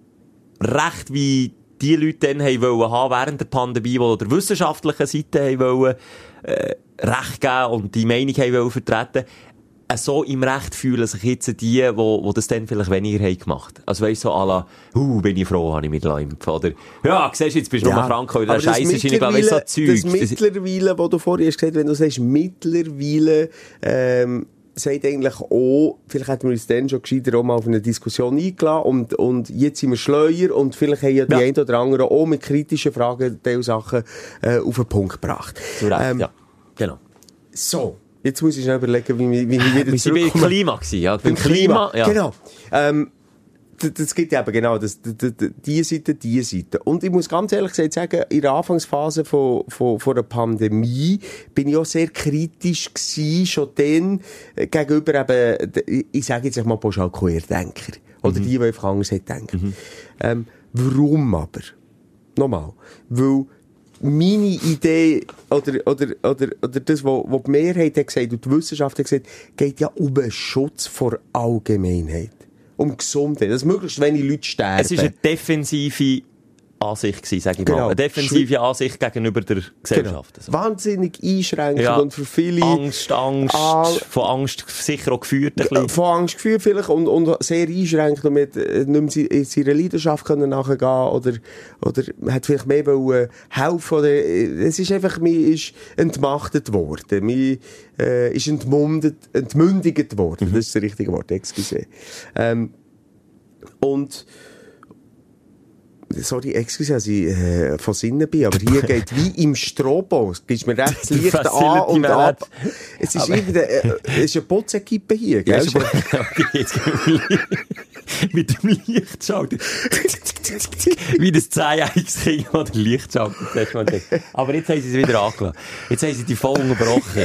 recht wie die Leute dann haben wollen haben während der Pandemie, die der wissenschaftlichen Seite haben wollen, äh, Recht geben und die Meinung haben wollen vertreten, äh, so im Recht fühlen sich jetzt die, die, die das dann vielleicht weniger haben gemacht. Also weisst so à la, uh, bin ich froh, habe ich mich impfen. Oder, ja, siehst du, jetzt bist du nur krank, weil der aber das Scheiß ist, ich glaube, so mittlerweile- Zeug. Das mittlerweile, wo du vorhin hast gesagt, wenn du sagst, mittlerweile, ähm, sagt eigentlich auch, vielleicht hätten wir uns dann schon gescheiter auch mal auf eine Diskussion eingeladen und, und jetzt sind wir schleuer und vielleicht haben ja die Ja. einen oder anderen auch mit kritischen Fragen Teil Sachen äh, auf den Punkt gebracht. Zu Recht, Ähm, ja. Genau. So, jetzt muss ich schnell überlegen, wie, wie, wie ich wieder Wir sind beim zurückkomme. Klima gewesen, ja. Beim Klima, ja. Genau. Ähm, d- das gibt eben genau das, d- d- d- die Seite, die Seite. Und ich muss ganz ehrlich gesagt sagen, in der Anfangsphase von, von, von der Pandemie bin ich auch sehr kritisch gewesen, schon dann äh, gegenüber eben, d- ich sage jetzt mal pauschal Querdenker. Oder Mhm. die, die einfach anders haben gedacht. Mhm. Ähm, warum aber? Nochmal. Weil meine Idee, oder, oder, oder, oder das, was, was die Mehrheit hat gesagt und die Wissenschaft hat gesagt, geht ja um den Schutz vor Allgemeinheit. Um Gesundheit. Dass möglichst wenig Leute sterben. Es ist eine defensive Ansicht gewesen, sag ich Genau. mal. Eine defensive Ansicht gegenüber der Gesellschaft. Genau. Wahnsinnig einschränkend Ja. und für viele... Angst, Angst, Ah. von Angst sicher auch geführt. Ein bisschen. Von Angst gefühlt vielleicht und, und sehr einschränkend und mit äh, nicht mehr in seiner Leidenschaft können nachgehen oder, oder man hat vielleicht mehr wollen helfen oder äh, es ist einfach, man ist entmachtet worden, man äh, ist entmundet, entmündigt worden, Mhm. das ist das richtige Wort, excuse. Ähm, und Sorry, excuse, dass ich äh, von Sinnen bin, aber hier geht wie im Strobo. Es gibst mir rechts Licht an Facility und Man ab. hat- Es ist irgendeine, äh, es ist eine Putzekippe hier, Ja, gell? ist okay, jetzt mit dem Lichtschalter. Wie das zehnjähriges Kind, das den Lichtschalter das Mal hat. Aber jetzt haben sie es wieder angelassen. Jetzt haben sie die voll unterbrochen.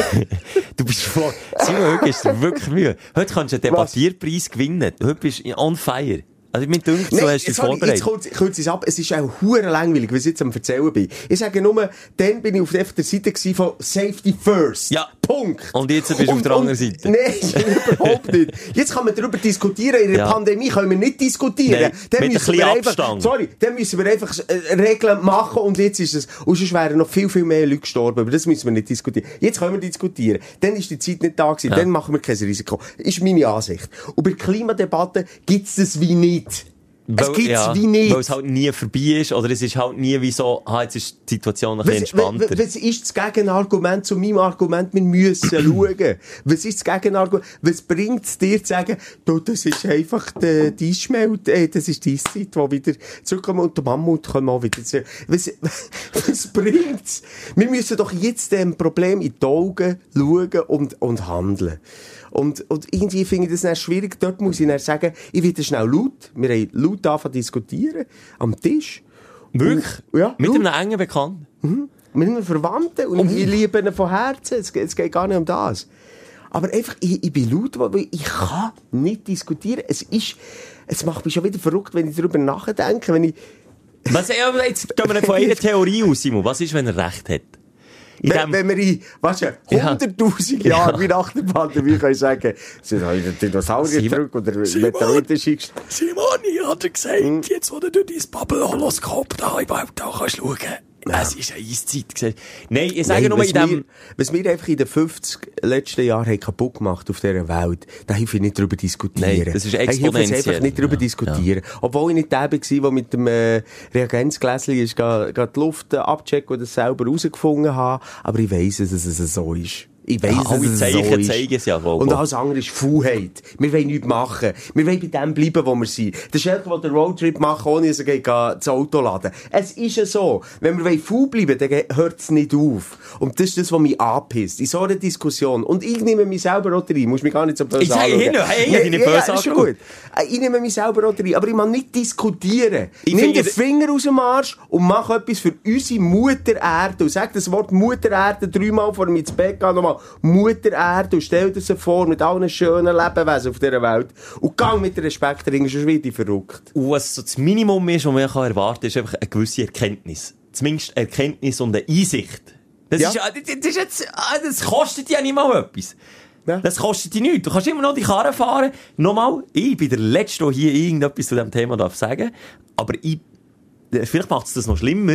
Du bist voll... Simon, heute ist dir wirklich Mühe. Heute kannst du einen Debattierpreis gewinnen. Heute bist du on fire. Also, mir dünkt, so hast du dich sorry, vorbereitet. jetzt kurz, kurz es ab. Es ist auch hure langweilig, was ich jetzt am Erzählen bin. Ich sage nur, dann bin ich auf der Seite gewesen von Safety First. Ja. Punkt. Und jetzt bist du auf der anderen Seite. Nein, überhaupt nicht. Jetzt kann man darüber diskutieren. In der Ja. Pandemie können wir nicht diskutieren. Nein, Dann mit ein müssen wir bisschen einfach, Abstand. sorry, dann müssen wir einfach äh, Regeln machen und jetzt ist es, und sonst wären noch viel, viel mehr Leute gestorben. Aber das müssen wir nicht diskutieren. Jetzt können wir diskutieren. Dann ist die Zeit nicht da gewesen. Ja. Dann machen wir kein Risiko. Ist meine Ansicht. Und bei der Klimadebatte gibt's das wie nicht. Es Weil- gibt's ja, wie nicht. Weil es halt nie vorbei ist, oder es ist halt nie wie so, ah, jetzt ist die Situation ein bisschen Was, entspannter. was, was ist das Gegenargument zu meinem Argument? Wir müssen schauen. Was ist das Gegenargument? Was bringt es dir zu sagen, du, das ist einfach die, die Schmelt, äh, das ist die Zeit, die wieder zurückkommt und der Mammut kann mal wieder zu. Was, was bringt's? Wir müssen doch jetzt dem Problem in die Augen schauen und, und handeln. Und, und irgendwie finde ich das dann schwierig. Dort muss ich dann sagen, ich werde schnell laut. Wir haben laut angefangen zu diskutieren. Am Tisch. Wirklich? Und, ja, Mit laut. einem engen Bekannten? Mit einem Verwandten. Und ich liebe ihn von Herzen. Es geht, es geht gar nicht um das. Aber einfach, ich, ich bin laut, weil ich kann nicht diskutieren. Es ist, es macht mich schon wieder verrückt, wenn ich darüber nachdenke. Wenn ich, Was, ja, jetzt gehen wir nicht von einer Theorie aus, Simon. Was ist, wenn er recht hat? In wenn, dem- wenn wir in, weißt du, Ja. hunderttausend Jahren wie nach der Pandemie können sagen, sind heute Dinosaurier Simon- zurück oder Meteoriten schickst. Simon, ich hatte gesagt, jetzt, wo du durch dein Bubble-Holoskop da im Auto kannst schauen, es ist eine Eiszeit gewesen. Nein, ich sage Nein, nur was in dem... wir, was wir einfach in den fünfzig letzten Jahren haben kaputt gemacht auf dieser Welt, da hilft ich nicht drüber diskutieren. Nein, das ist Ich hilft jetzt exponentiell. einfach nicht drüber Ja, diskutieren. Obwohl ich nicht der war, der mit dem äh, Reagenzgläschen ist, ga, ga die Luft äh, abchecken und das selber herausgefunden hat. Aber ich weiss, dass es so ist. Ich weiss, Ja, dass alle es Zeichen so ist. zeigen es ja wohl. Und alles andere ist Faulheit. Wir wollen nichts machen. Wir wollen bei dem bleiben, wo wir sind. Der Schelke, der den Roadtrip macht, ohne dass er das Auto laden. Es ist ja so. Wenn wir faul bleiben, dann hört es nicht auf. Und das ist das, was mich anpisst. In so einer Diskussion. Und ich nehme mich selber auch rein. Muss mich gar nicht so böse Ich sage anschauen. hin, hey, ich Ja, habe dich nicht ja, böse ja, ist schon angeschaut. gut. Ich nehme mich selber auch rein. Aber ich mag nicht diskutieren. Ich Nimm finde- den Finger aus dem Arsch und mach etwas für unsere Mutter Erde. Und sag das Wort Mutter Erde dreimal vor mir ins Bett gehen. Nochmal Mutter Erde und stell dir sie vor mit allen schönen Lebewesen auf dieser Welt. Und gang mit Respekt ringen, sonst werde ich verrückt. Und was so das Minimum ist, was man kann erwarten kann, ist einfach eine gewisse Erkenntnis. Zumindest Erkenntnis und eine Einsicht. Das, Ja. ist, ja- das, ist jetzt, ah, das kostet ja nicht mal etwas. Ja. Das kostet dich nichts. Du kannst immer noch die Karre fahren. Nochmal, ich bin der Letzte, der hier irgendetwas zu diesem Thema darf sagen. Aber ich, vielleicht macht es das noch schlimmer.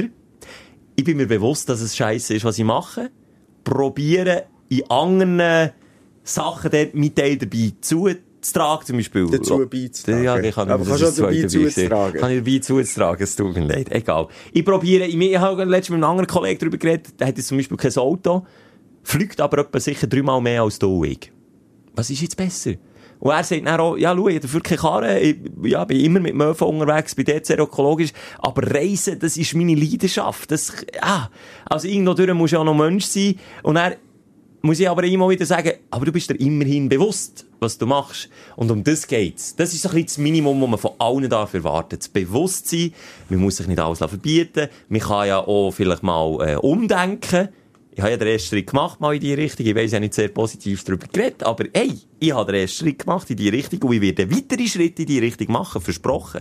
Ich bin mir bewusst, dass es scheiße ist, was ich mache. Probiere in anderen Sachen dort meinen Teil dabei zuzutragen, zum Beispiel. Dazu beizutragen. Ja, ich kann Aber das kannst ist du auch das dabei zweite Beispiel. zuzutragen? Kann ich dabei zuzutragen, es tut mir leid. Egal. Ich probiere, ich, ich habe letztens mit einem anderen Kollegen darüber geredet, der hat jetzt zum Beispiel kein Auto, fliegt aber etwa sicher dreimal mehr als du ich. Was ist jetzt besser? Und er sagt dann auch, ja, schau, ich habe dafür keine Karre, ich ja, bin immer mit Möwen unterwegs, bin dort sehr ökologisch, aber Reisen, das ist meine Leidenschaft. Das, ah, also irgendwo durch muss ja auch noch Mensch sein. Und er muss ich aber immer wieder sagen, aber du bist dir immerhin bewusst, was du machst. Und um das geht's. Das ist so ein bisschen das Minimum, das man von allen darf erwarten. Das Bewusstsein, man muss sich nicht alles verbieten, man kann ja auch vielleicht mal äh, umdenken. Ich habe ja den ersten Schritt gemacht, mal in die Richtung. Ich weiss ja nicht sehr positiv darüber geredet, aber hey, ich habe den ersten Schritt gemacht in die Richtung und ich werde weitere Schritte in die Richtung machen, versprochen.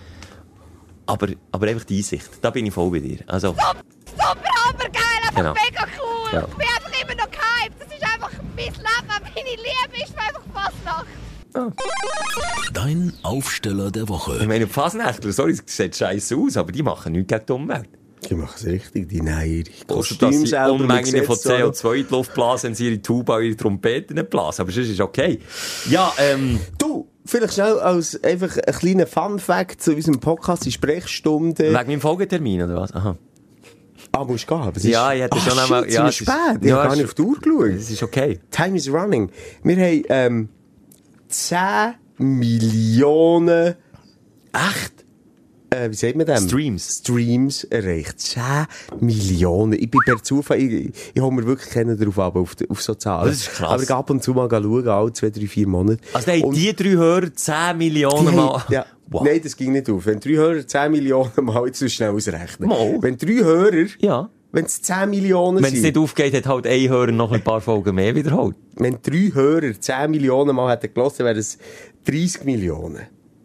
Aber, aber einfach die Einsicht, da bin ich voll bei dir. Also, Super, aber geil, einfach Genau. mega cool. Ja. Ich bin einfach immer noch gehypt. Das ist einfach mein Leben. Meine Liebe ist mir einfach Fasnacht. Dein Aufsteller der ich Woche. meine, die Fasnächtler, sorry, es sieht scheiße aus, aber die machen nichts gegen die Umwelt. Die machen es richtig, die nehmen ihre Ausser, Kostüme dass sie selber mit Unmengen von Gesetz C O zahlen. zwei in die Luft blasen, wenn sie ihre Tuba und ihre Trompeten nicht blasen. Aber sonst ist es okay. Ja, ähm... Du, vielleicht schnell als einfach ein kleiner Fun-Fact zu unserem Podcast, die Sprechstunde. Wegen meinem Folgetermin, oder was? Aha. Ah, musst du gehen? Was Ja, ich hätte ah, schon shit, einmal... sind Ja, wir es ist- spät? Ich ja, habe gar es nicht ist- auf die Uhr geschaut. Es ist okay. Time is running. Wir haben ähm, zehn Millionen... Echt? Äh, wie sagt man das? Streams. Streams erreicht. zehn Millionen. Ich bin per Zufall... Ich, ich hole mir wirklich keinen drauf ab, auf, die- auf so Zahlen. Das ist krass. Aber ich gehe ab und zu mal schauen, alle zwei, drei, vier Monate. Also, dann haben Und die drei Hörer zehn Millionen die Mal... haben- ja. Wow. Nein, das ging nicht auf. Wenn drei Hörer zehn Millionen Mal, jetzt musst du schnell ausrechnen. Mal. Wenn drei Hörer... Ja. Wenn es zehn Millionen Wenn es sind... nicht aufgeht, hat halt ein Hörer noch ein paar Folgen mehr wiederholt. Wenn drei Hörer zehn Millionen Mal hätten gelassen, wären es dreissig Millionen.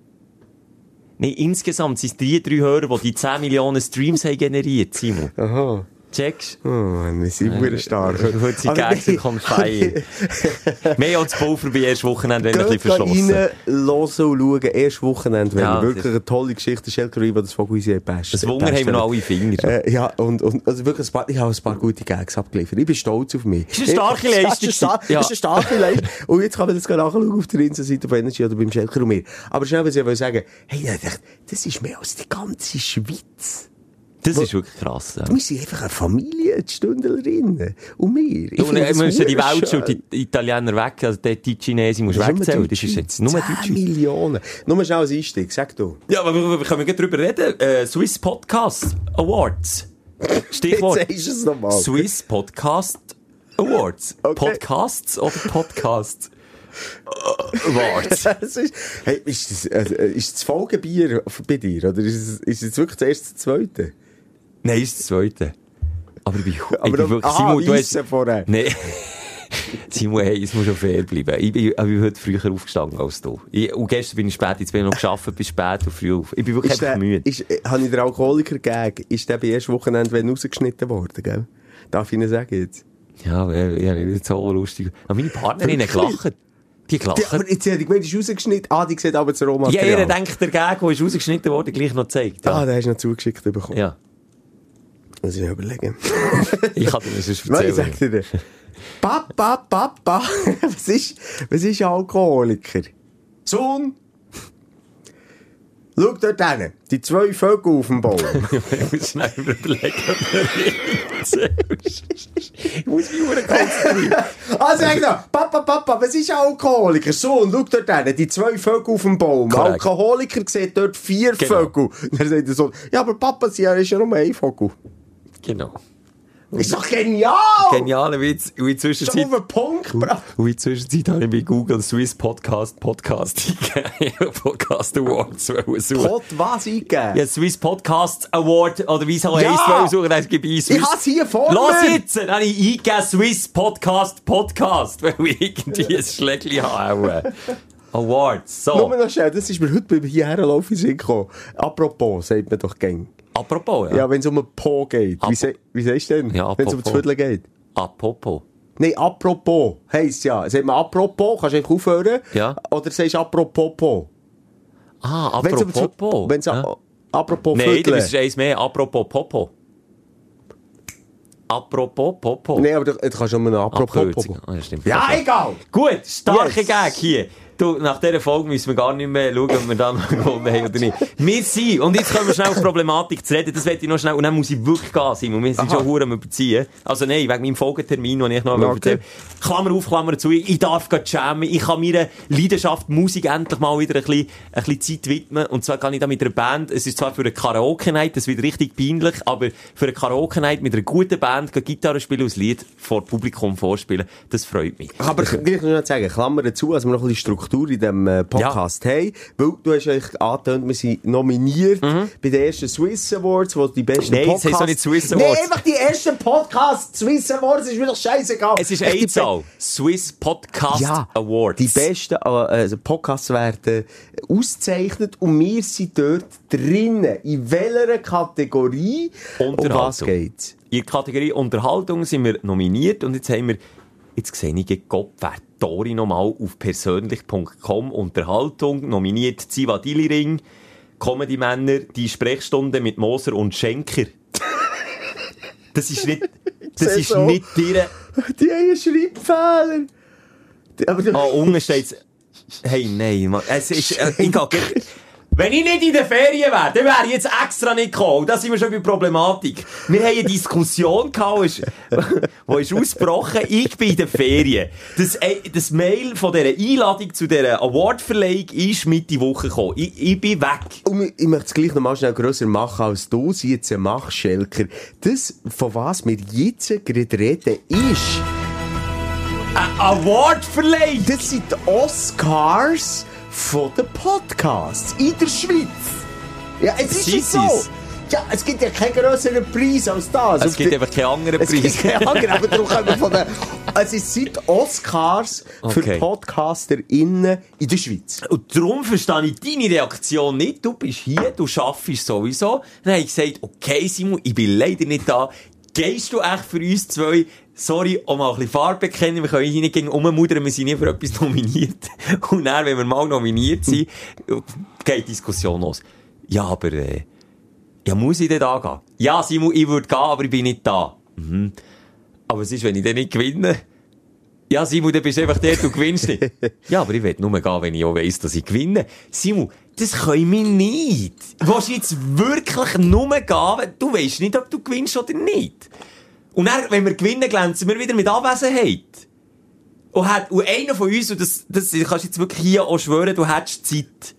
Nein, insgesamt sind es die drei Hörer, die die zehn Millionen Streams haben generiert, Simon. Aha. Checkst? Oh Mann, wir sind äh, stark. Gut, sie Gäste kommt feiern. Mehr als Pulver bei erst Wochenende, wenn ein Geht bisschen verschlossen. rein, hören und schauen. Erst Wochenende, wenn Ja, wir wirklich das- eine tolle Geschichte, Schelkerie, die das Vogel passt. Das Wunder haben wir noch alle Finger. Äh, ja, und, und also wirklich ein paar, ich habe ein paar gute Gags abgeliefert. Ich bin stolz auf mich. Ist eine starke Ich- Leistung. Das ist eine, star- Ja. das ist eine starke Leistung. Und jetzt kann man das gerne nachschauen auf der Insta-Seite von Energy oder beim Schelker und mir. Aber schnell, was ich will sagen, hey, ich dachte, das ist mehr als die ganze Schweiz. Das ist wirklich krass. Ja. Wir sind einfach eine Familie, die Stündlerinnen. Und wir. Ich Und finde wir das müssen die verdammt Welt schon, schön. die Italiener weg, also die, die Chinesen musst du Das ist wegzählen. nur Das ist Deutsche. jetzt nur zehn Deutsche. Millionen. Nur schnell als Einstieg, sag du. Ja, aber wir, wir können gleich drüber reden. Äh, Swiss Podcast Awards. Stichwort. Jetzt sagst du es nochmal. Swiss Podcast Awards. Okay. Podcasts oder Podcasts Awards. Das ist, hey, ist das, äh, ist das Folgebier bei dir? Oder ist es, ist es wirklich das erste, das zweite? Nein, ist das zweite. Aber ich bin, ich Aber bin noch- wirklich... aha, Simon, du hast... Weisse vorher. Nein. Simon, hey, es muss schon fair bleiben. Ich bin, ich bin heute früher aufgestanden als du. Ich, und gestern bin ich spät, jetzt bin ich noch gearbeitet, bis spät und früh auf. Ich bin wirklich Ist einfach der, müde. ist, äh, habe ich den Alkoholiker-Gag, ist der bei ersten Wochenende wenn rausgeschnitten worden, gell? Darf ich Ihnen sagen jetzt? Ja, ich, ich, ich nicht so lustig. Aber meine Partnerin hat gelacht. Die Die, gelacht. aber jetzt hätte ich gemeint, ist rausgeschnitten. Ah, die sieht aber das Ja, Rohmaterial. ihr denkt, der Gag, der ist rausgeschnitten wurde, gleich noch gezeigt. Ah, Ja. den hast du noch zugeschickt bekommen. ja. Muss ich mir überlegen. Ich kann dir das sonst Nein, ich erzählen. sag dir das. Papa, Papa, was ist, was ist ein Alkoholiker? Sohn, schau dort hin, die zwei Vögel auf dem Baum. Ich muss schnell überlegen, ob du richtig erzählst. Ich muss mich nur konzentrieren. Also sag doch, Papa, Papa, was ist ein Alkoholiker? Sohn, schau dort hin, die zwei Vögel auf dem Baum. Korrekt. Alkoholiker sieht dort vier Genau. Vögel. Dann sagt der Sohn, ja, aber Papa, sie ist ja nur ein Vogel. Genau. Ist doch genial! Genialer Witz. Und in der Schon Zwischenzeit... auf den Punkt gebracht. Und in der Zwischenzeit habe ich bei Google Swiss Podcast Podcast eingegeben. Podcast Awards suchen. Gott, was eingegeben? Ja, Swiss Podcast Award, oder wie es auch Ja! heisst, weil ich suche, dann gebe ich Swiss... Ich hab's hier vor Lass mir! jetzt! Dann habe ich eingegeben Swiss Podcast Podcast, weil ich irgendwie ein Schlägchen habe. Awards, so. Nur noch schnell, das ist mir heute beim Hierherlaufen in den Sinn gekommen. Apropos, sagt man doch gern. Apropos, ja. Ja, wenn es um einen Po geht. Ap- Wie, se wie sagst du denn? Ja, wenn es um das apropos. Viertel geht. Apropos. Nein, apropos heisst ja. Sagt man apropos, kannst du einfach aufhören? Ja. Oder sagst du apropos Po? Ah, Wenn's um das- apropos. Wenn's a- Ja. apropos Nein, Viertel. das ist eins mehr. Apropos Popo. Apropos Popo. Nein, aber du, du kannst nur noch apropos Abkürzung. Po. Ah, ja, stimmt. Ja, Okay. egal! Gut, starke Yes. Gag hier. Du, nach dieser Folge müssen wir gar nicht mehr schauen, ob wir da noch gewonnen haben oder nicht. Wir sind, und jetzt kommen wir schnell auf die Problematik zu reden, das werde ich noch schnell, und dann muss ich wirklich gehen, Simon, wir sind Aha. schon verdammt am Überziehen. Also nein, wegen meinem Folgetermin, den ich noch Okay. erzählen will. Klammer auf, Klammer zu, ich darf gehen jammen, ich kann meiner Leidenschaft Musik endlich mal wieder ein bisschen, ein bisschen Zeit widmen, und zwar kann ich da mit einer Band, es ist zwar für eine Karaoke-Night, das wird richtig peinlich, aber für eine Karaoke-Night mit einer guten Band, gehen Gitarre spielen und das Lied vor Publikum vorspielen, das freut mich. Aber ich will noch sagen, Klammer dazu, also wir noch ein bisschen Struktur in diesem äh, Podcast ja. haben. Weil du hast eigentlich angetönt, wir sind nominiert mhm. bei den ersten Swiss Awards, wo die besten Nein, Podcasts... Nein, es heißt nicht Swiss Awards. Nein, einfach die ersten Podcasts, Swiss Awards, ist mir doch scheißegal. Es ist eine Zahl. Swiss Podcast ja, Awards. Die besten äh, Podcasts werden ausgezeichnet und wir sind dort drinnen. In welcher Kategorie? Um was geht's? In der Kategorie Unterhaltung sind wir nominiert und jetzt haben wir, jetzt sehe ich Gott, wer Tori nochmal auf persönlich punkt com Unterhaltung nominiert Ziva Diliring, Comedy-Männer, die Sprechstunde mit Moser und Schenker. Das ist nicht, das ist so. Nicht dir. Die haben einen Schreibfehler. Ah, oh, unten steht's. Hey, nein, Mann. Es ist, äh, ich gehe, wenn ich nicht in der Ferien wäre, dann wäre ich jetzt extra nicht gekommen. Da sind wir schon bei Problematik. Wir haben eine Diskussion gehabt, die ist ausgebrochen. Ich bin in der Ferien. Das, äh, das Mail von dieser Einladung zu dieser Awardverleihung ist Mitte Woche gekommen. Ich, ich bin weg. Und ich möchte es gleich noch mal schnell grösser machen, als du es jetzt machst, Schelker. Das, von was wir jetzt gerade reden, ist... Eine Awardverleihung! Das sind die Oscars von den Podcasts in der Schweiz. Ja, es ist es so. Ja, es gibt ja keinen grösseren Preis als das. Es gibt einfach keinen anderen Preis. Es gibt keinen anderen, aber darum können wir von den... Also es sind Oscars okay. für PodcasterInnen in der Schweiz. Und darum verstehe ich deine Reaktion nicht. Du bist hier, du arbeitest sowieso. Dann habe ich gesagt, okay Simon, ich bin leider nicht da. Gehst du echt für uns zwei... Sorry, auch mal ein bisschen Farbe bekennen. Wir können hier nicht gegen rummudern, wir sind nie für etwas nominiert. Und dann, wenn wir mal nominiert sind, geht die Diskussion los. Ja, aber, äh, ja, muss ich denn da gehen? Ja, Simon, ich würde gehen, aber ich bin nicht da. Mhm. Aber was ist, wenn ich dann nicht gewinne? Ja, Simon, dann bist du einfach der, du gewinnst nicht. Ja, aber ich will nur gehen, wenn ich auch weiss, dass ich gewinne. Simon, das können wir nicht. Willst du jetzt wirklich nur gehen? Du weisst nicht, ob du gewinnst oder nicht. Und dann, wenn wir gewinnen, glänzen wir wieder mit Anwesenheit. Und, hat, und einer von uns, und das, das kannst du jetzt wirklich hier auch schwören, du hättest Zeit.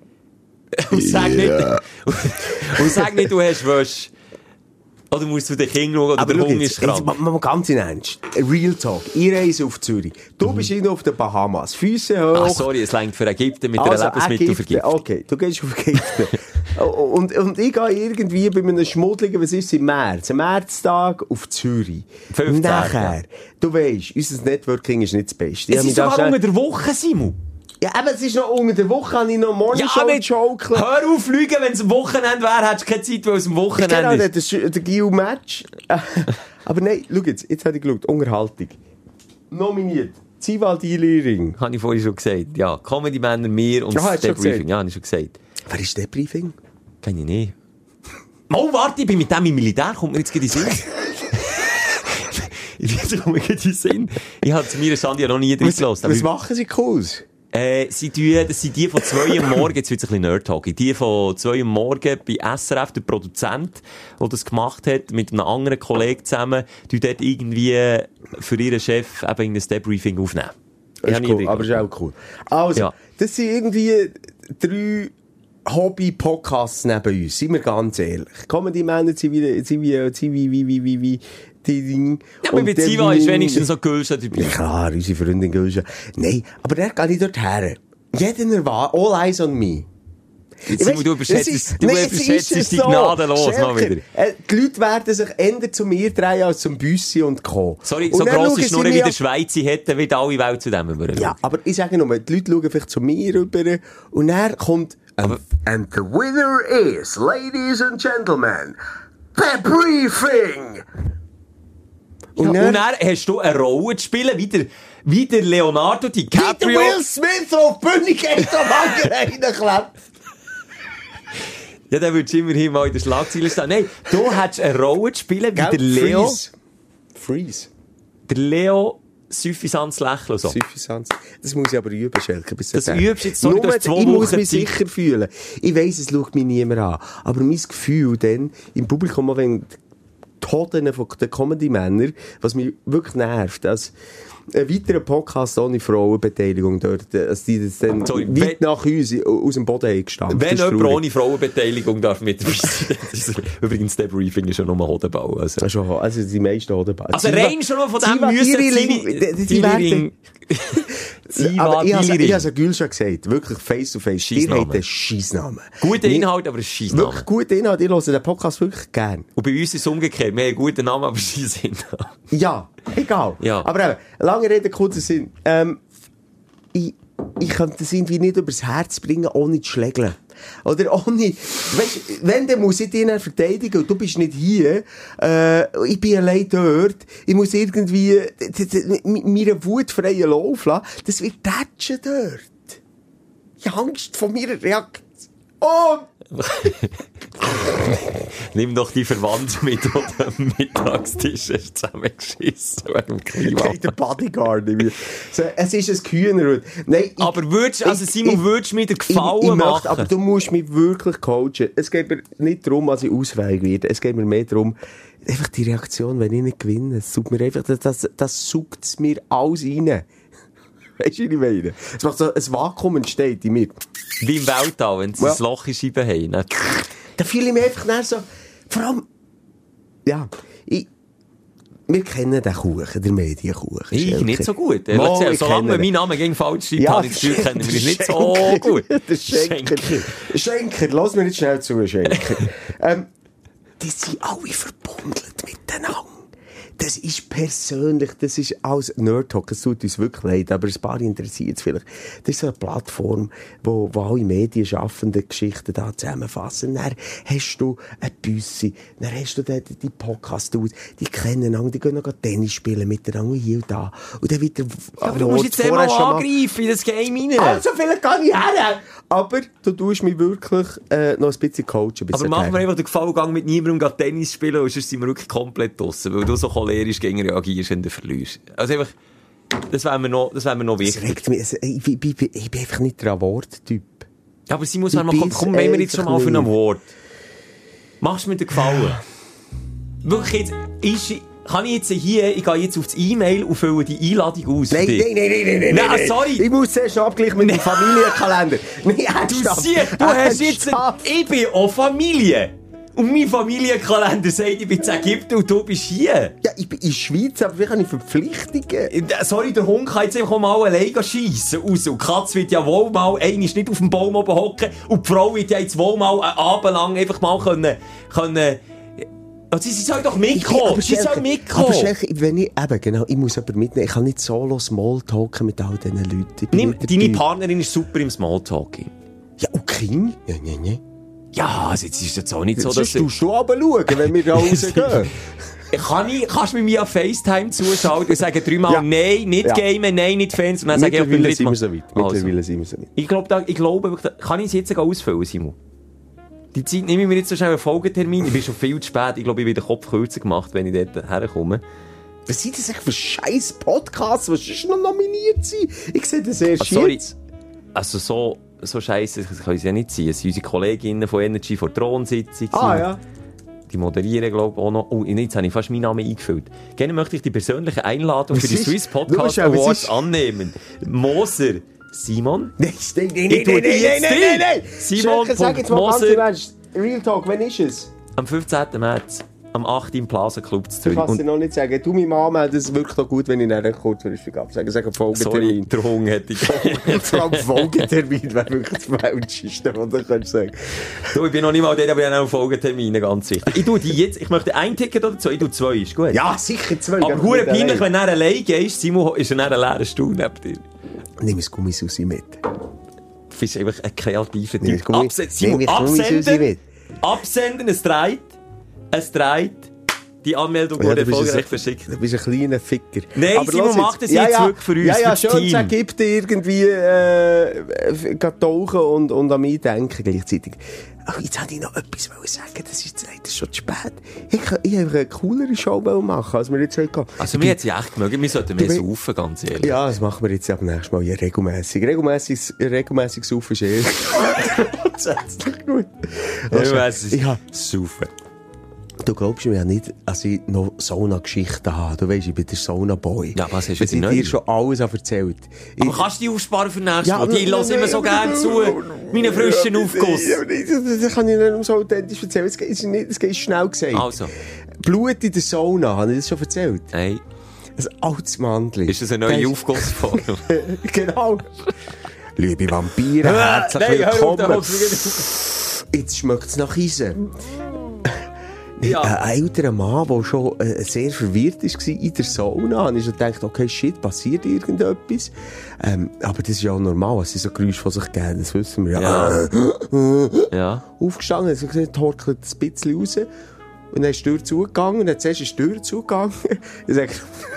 Und sag yeah. nicht, und, und sag nicht, du hast Wäsche. Oder musst du den Kind schauen, oder aber der Hunger ist krank. Jetzt, mal ganz in Ernst. Real Talk. Ich reise auf Zürich. Du mhm. bist immer auf den Bahamas. Füße hoch. Ah, sorry, es reicht für Ägypten mit also, einer Lebensmittelvergiftung. Okay, du gehst auf Ägypten. und, und ich gehe irgendwie bei einem Schmuddeligen, was ist es, im März? Am Märztag auf Zürich. fünfzehn Nachher, ja. Du weisst, unser Networking ist nicht das Beste. Es ist sogar schnell... unter der Woche, Simon. Ja, aber es ist noch unter der Woche, habe ich noch Morningshow ja, jokeln. Hör auf, lügen, wenn es am Wochenende wäre, hättest du keine Zeit, weil es am Wochenende genau, ist. Genau, das ist der Gil-Match. Aber nein, schau jetzt, jetzt habe ich geschaut, Unterhaltung. Nominiert. Ziva Diliring. Habe ich vorhin schon gesagt. Ja, Comedy-Männer, mir und das Debriefing. Ja, habe ich schon gesagt. Wer ist Debriefing? Kenn ich nicht. Mal, warte, ich bin mit dem im Militär, kommt mir jetzt gerade in den Sinn. Ich weiß nicht, kommt mir gerade in den Sinn. Ich habe zu mir Schande ja noch nie drin gelassen. Was machen sie Cooles? Äh, sie tun, das sind die von zwei am Morgen, jetzt wird es ein bisschen Nerd-Talk, die von zwei am Morgen bei S R F, der Produzent, der das gemacht hat, mit einem anderen Kollegen zusammen, die dort irgendwie für ihren Chef eben ein Debriefing aufnehmen. Das ist cool, aber ist auch cool. Also, ja. Das sind irgendwie drei Hobby-Podcasts neben uns, sind wir ganz ehrlich. Comedy-Männer sind wie, sind wie, sind wie, wie, wie, wie, wie, die ja, aber bei Ziva ist wenigstens so Gülscha dabei. Ja, klar, unsere Freundin Gülscha. Nein, aber der geht nicht dorthin. Jeder erwartet, all eyes on me. Simon, du überschätzt, du überschätzt dich so gnadenlos mal wieder. Äh, die Leute werden sich eher zu mir drehen als zum Büssi und Co. Sorry, so gross ist nur, wie der Schweiz hätte, wird alle Welt zu dem über. Ja, aber ich sage nur, die Leute schauen vielleicht zu mir rüber und dann kommt... And, and the winner is, ladies and gentlemen, the briefing! Und, ja, dann, und dann hast du eine Rolle zu spielen, wie der, wie der Leonardo DiCaprio. Wie der Will Smith auf die Bühne geht, am Anker reinklebt. Ja, dann würdest du immerhin mal in der Schlagzeile stehen. Nein, du hättest eine Rolle zu spielen, wie Gell? Der Leo. Freeze. Freeze. Der Leo Suffisance lächeln. So. Suffisance. Das muss ich aber üben, Schelke. Bis das übst jetzt so, durch zwei Ich Wochen muss mich Zeit. sicher fühlen. Ich weiss, es schaut mich niemand an. Aber mein Gefühl dann, im Publikum, wenn die Hoden von den Comedy-Männern, was mich wirklich nervt, dass ein weiterer Podcast ohne Frauenbeteiligung dort, dass die das dann Sorry, weit wenn, nach uns aus dem Boden haben gestanden. Wenn jemand ohne Frauenbeteiligung darf mit dabei sein. Übrigens, der Briefing ist ja nur Hodenbau. Also, also, also die meisten Hodenbau. Also rein schon mal von dem müssen die Ziva, aber ich habe Dillerin. es Gül schon gesagt, wirklich face to face. Ihr habt einen Scheissnamen. Guter Inhalt, aber ein Scheissname. Wirklich guter Inhalt, ich höre den Podcast wirklich gern. Und bei uns ist es umgekehrt. Wir haben einen guten Namen, aber Scheissnamen. Ja, egal. Ja. Aber eben, lange Rede, kurzer Sinn. Ähm, ich, ich könnte das irgendwie nicht übers Herz bringen, ohne zu schlägeln. Oder ohne, weißt, wenn, dann muss ich dich dann verteidigen und du bist nicht hier, äh, ich bin allein dort, ich muss irgendwie, meine Wut freien Lauf lassen, das wird tätschen dort. Ich habe Angst vor meiner Reaktion. Oh! Nimm doch die Verwandten mit, die am Mittagstisch hast zusammengeschissen wegen dem Klima. Okay, der Bodyguard. So, es ist ein Kühnerhut. Nein, ich, aber würdest, also Simon, ich, würdest du mir den Gefallen ich, ich machen? möchte, aber du musst mich wirklich coachen. Es geht mir nicht darum, dass ich ausfähig werde. Es geht mir mehr darum, einfach die Reaktion, wenn ich nicht gewinne. Es sucht mir einfach, das, das, das sucht es mir alles rein. Weißt du, wie ich meine? Es macht so, ein Vakuum entsteht in mir. Wie im Weltall, wenn sie Ja. ein Loch in Scheiben haben. Ne? Da fühle ich mich einfach nachher so, vor allem, ja, ich, wir kennen den Kuchen, den Medienkuchen. Ich Schelker. nicht so gut. Mal, Ehrlich gesagt, ich solange kenne mein Name gegen falsch schreibt, Ja, habe ich das Gefühl, kennen wir uns nicht so Schenker. gut. Der Schenker. Schenker, lass mir nicht schnell zu, Schenker. ähm, die sind alle verbundelt miteinander. Das ist persönlich, das ist alles Nerd-Talk, es tut uns wirklich leid, aber ein paar interessiert es vielleicht. Das ist so eine Plattform, wo, wo alle Medienschaffenden Geschichten da zusammenfassen. Dann hast du eine Büsse, dann hast du die, die Podcast-Dudes, die kennen einander, die gehen noch Tennis spielen miteinander hier und da. Und dann wieder... Aber du musst jetzt einmal angreifen in das Game rein. Also, vielleicht kann ich her. Aber du tust mich wirklich äh, noch ein bisschen coachen. Bis Aber machen wir einfach den Gefallgang mit niemandem Tennis spielen und sonst sind wir wirklich komplett draussen, weil du so cholerisch gegen reagierst, wenn du verlierst. Also einfach, das wäre mir noch, das wäre mir noch Das wichtig. regt mich, also, ich, ich, ich, ich bin einfach nicht der Award-Typ. Ja, aber sie muss Ich mal kommen, bin's komm, wenn wir jetzt schon mal für einen einfach Award. Machst du mir den Gefallen? Wirklich jetzt, ist, kann ich jetzt hier, ich gehe jetzt auf das E-Mail und fülle die Einladung aus. Nein, für dich. nein, nein, nein, nein, Nein, nein. sorry. Ich muss zuerst noch abgleichen mit dem Familienkalender. Nein, Du ernsthaft. siehst, du hast jetzt, Ernsthaft. ich bin auch Familie. Und mein Familienkalender sagt, ich bin in Ägypten und du bist hier. Ja, ich bin in der Schweiz, aber vielleicht habe ich Verpflichtungen. Sorry, der Hund kann jetzt einfach mal alleine schiessen raus. Und die Katze wird ja wohl mal, eine ist nicht auf dem Baum oben hocken. Und die Frau wird ja jetzt wohl mal einen Abend lang einfach mal können, können, also sie soll doch mitkommen. Sie soll mitkommen. Aber Schelke, wenn ich, eben, genau, ich muss aber mitnehmen. Ich kann nicht solo Smalltalken mit all diesen Leuten. Ich bin Nimm, nicht der deine Typ. Partnerin ist super im Smalltalking. Ja, und King? Ja, ja, ja. Ja, also jetzt ist es auch nicht so, Das dass... tust du aber schauen, wenn wir da rausgehen. Kann ich, kannst du mit mir an FaceTime zuschauen und sagen dreimal Ja. nein, nicht Ja. gamen, nein, nicht Fans. Und dann sage ich auch beim Mittlerweile dritten sind Mal... wir so weit. Also. Mittlerweile sind wir so weit. Ich glaube, da, ich glaube, wirklich, kann ich es jetzt sogar ausfüllen, Simon? Die Zeit nehme ich mir jetzt so schnell einen Folgetermin. Ich bin schon viel zu spät. Ich glaube, ich werde den Kopf kürzer gemacht, wenn ich dort herkomme. Was sind das eigentlich für scheiß Podcasts, was sonst noch nominiert sind? Ich sehe das erst Ah, sorry. jetzt. Also so, so scheisse, das können sie ja nicht sein. Es sind unsere Kolleginnen von Energy vor der Thronsitzung. Ah, ja. Die moderieren, glaube ich, auch noch. Oh, jetzt habe ich fast meinen Namen eingefüllt. Gerne möchte ich die persönliche Einladung Was für die ist- Swiss Schau, Podcast was Awards ist- annehmen. Moser, Simon. Nein, nein, nein, Ich tue nein, die nein, jetzt nein, rein. nein, nein. Simon Schelke, sag jetzt mal Punkt ganz Moser. im Ernst. Real Talk, wann ist es? Am fünfzehnten März, am achten im Plaza Club zu Du Zürich. kannst dir Und noch nicht sagen. Du, meine Mama, das ist wirklich noch gut, wenn ich nachher kurzfristig absage. Sag einen sorry, Folgetermin. der Hunger hätte ich. Vor allem Folgetermin wäre wirklich das Falscheste, was du kannst sagen. Du, ich bin noch nicht mal dort, aber ich habe auch Folgetermine, ganz wichtig. Ich tue die jetzt, ich möchte ein Ticket oder zwei, ich tue zwei, ist gut? Ja, sicher zwei. Aber hure peinlich, wenn du dann allein gehst, Simon, ist er dann ein leerer Stuhl neben dir. Nimm ein Gummisausi mit. Du bist einfach ein kreativer Nimm ein Typ. Gummi- Absenden, Simon, nimm ein Gummisausi absenden, mit. absenden, es dreht, es dreht, die Anmeldung wurde du bist erfolgreich ein- verschickt. Du bist ein kleiner Ficker. Nein, Aber Simon, lass mach jetzt- das jetzt wirklich für uns, Ja, ja, für das schön, Team. sag, gib dir irgendwie, äh, geht tauchen und, und an mich denken gleichzeitig. Ach, jetzt wollte ich noch etwas sagen, das ist jetzt leider schon zu spät. Ich, ich wollte eine coolere Show machen, als wir jetzt heute gehen. Also, mir hat sie echt gemögen, wir sollten mehr Du- saufen, ganz ehrlich. Ja, das machen wir jetzt ab nächstes Mal ja regelmässig. Regelmässig, regelmässig saufen ist eh grundsätzlich gut. Regelmässig Ich hab, saufen. du glaubst mir ja nicht, dass ich noch Sauna-Geschichten habe. Du weisst, ich bin der Sauna-Boy. Ja, was hast du Was ich wieder dir neu? schon alles erzählt. Aber kannst du die aufsparen für nächstes Ja, Mal? Die aber- hören immer so gerne zu, meinen frischen Aufguss. Ja, das, das kann ich nicht so authentisch erzählen. Es geht, es ist nicht, es geht schnell gesagt. Also. Blut in der Sauna, habe ich das schon erzählt? Nein. Ein altes Mandli. Ist das eine neue Das- Aufgussform? Genau. Liebe Vampire, herzlich Nein, hör auf, willkommen. hör Jetzt schmeckt es nach Eisen. Ja. Ein älterer Mann, der schon äh, sehr verwirrt war in der Sauna, habe ich schon gedacht, okay, shit, passiert irgendetwas. Ähm, aber das ist ja auch normal, es sind so Geräusche von sich geben, das wissen wir ja. Ja. Aufgestanden, hat gesagt, torkelt ein bisschen raus. Und dann ist die Tür zugegangen, und dann zuerst ist die Tür zugegangen. Ich sage,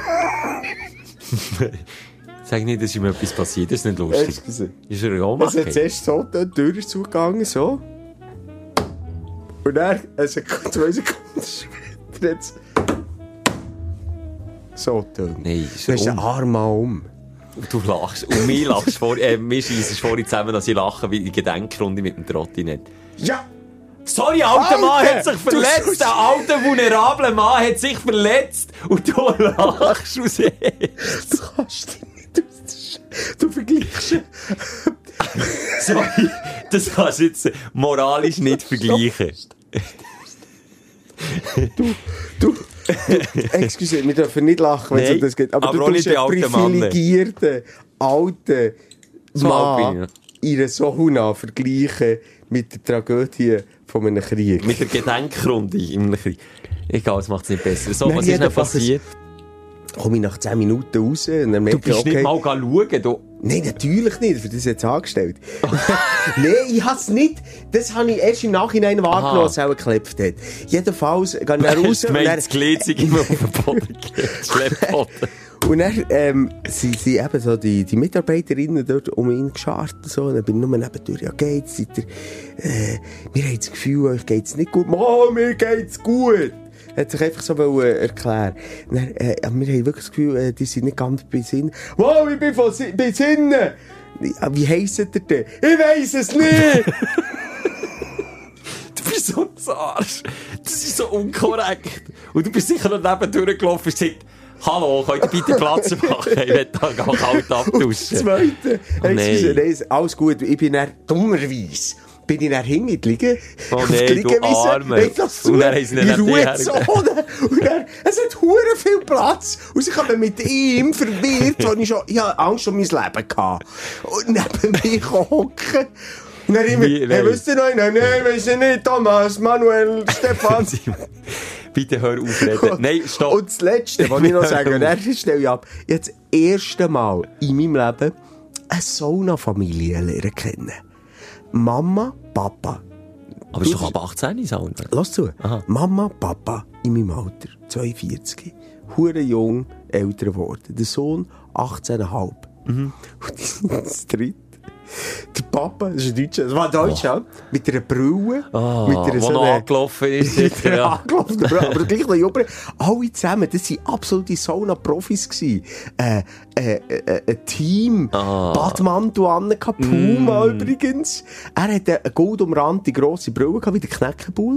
Sag nicht, dass ihm etwas passiert, das ist nicht lustig. excuse. Ist er Es hat Ohnmacht? zuerst so, die Tür ist zugegangen, so. Und dann, eine Sekunde, zwei Sekunden später, jetzt so tönt. Nein, ist Dann ist er der um. Arm mal um. Du lachst. Und mir lachst vor, äh, mir scheissest vorhin zusammen, dass ich lache, wie die Gedenkrunde mit dem Trotti nicht. Ja! Sorry, alter Mann Alter, hat sich du verletzt. sollst- Der alte, vulnerable Mann hat sich verletzt. Und du lachst aus ihm. Du kannst dich nicht aus. Du vergleichst. Sorry, das kannst du jetzt moralisch nicht vergleichen. Du, du, excuse, wir dürfen nicht lachen, wenn es Nein, um das geht. Aber, aber du auch tust nicht einen die alten Mann. privilegierten, alten So alt bin Mann in einer Sauna vergleichen mit der Tragödie von einem Krieg. Mit der Gedenkrunde im Krieg. Egal, es macht es nicht besser. So, Nein, was ist denn jedenfalls- passiert? Komme ich nach zehn Minuten raus und dann Du merke ich, bist okay... nicht mal schauen. Du. Nein, natürlich nicht, für das jetzt angestellt. Nein, ich hab's nicht. Das habe ich erst im Nachhinein wahrgenommen, als er auch geklebt hat. Jedenfalls gehe ich dann raus Du und meinst, dann, das Glitzig immer auf den Boden geht. Schleppboden. und dann ähm, sind, sind eben so die, die Mitarbeiterinnen dort um ihn geschart und so. Und dann bin ich nur nebendurch, ja geht's, seid ihr, äh, wir haben das Gefühl, euch geht's nicht gut. Mann, mir geht's gut. Er hat sich einfach so wollen, äh, erklären. Und dann, äh, wir haben wirklich das Gefühl, äh, die sind nicht ganz bei Sinn. Wow, ich bin von Si- bei Sinnen! Ja, wie heisst ihr denn? Ich weiss es nicht! Du bist so ein Arsch. Das ist so unkorrekt. Und du bist sicher noch neben durchgelaufen und gesagt, hallo, könnt ihr bitte Platz machen? Ich will da gar kalt Und das abduschen. Zweite, Oh, excuse, nein. nein, alles gut, ich bin dann dummerweise. Bin ich dann hinten gelegen. Oh auf nein, die du Liegewiese, Arme. leg das zu, Und dann haben sie ihn in neben dir Ruhezone. Und dann, es hat hure viel Platz. Und ich habe mit ihm verwirrt, wo ich schon, ich hatte Angst um mein Leben gehabt. Und neben mir hocken. Und dann immer, Wie, hey, nein. wisst ihr noch? Nein, nein, weiss ich nicht, Thomas, Manuel, Stefan. Bitte hör auf reden. Nein, stopp. Und das Letzte, was ich noch sage, und dann stelle ich ab, ich habe das erste Mal in meinem Leben eine Sauna-Familie lernen kennen. Mama, Papa. Aber ist doch ab achtzehn Sauna. Lass zu. Aha. Mama, Papa, in meinem Alter, zweiundvierzig. Hure jung, älter geworden. Der Sohn, achtzehn Komma fünf. Mhm. Und die sind das dritte. Der Papa, das ist ein Deutscher, das war ein Deutscher, mit einer Brille, Ah, mit einer wo noch angelaufen ist. mit sicher, einer ja. angelaufenen Brille, aber gleich noch jünger. Alle zusammen, das waren absolute Sauna-Profis gewesen. Äh, äh, äh, ein Team, Ah. Badmantel an, Puma übrigens. Er hatte eine goldumrahmte grosse Brille gehabt, wie der Knäckebull.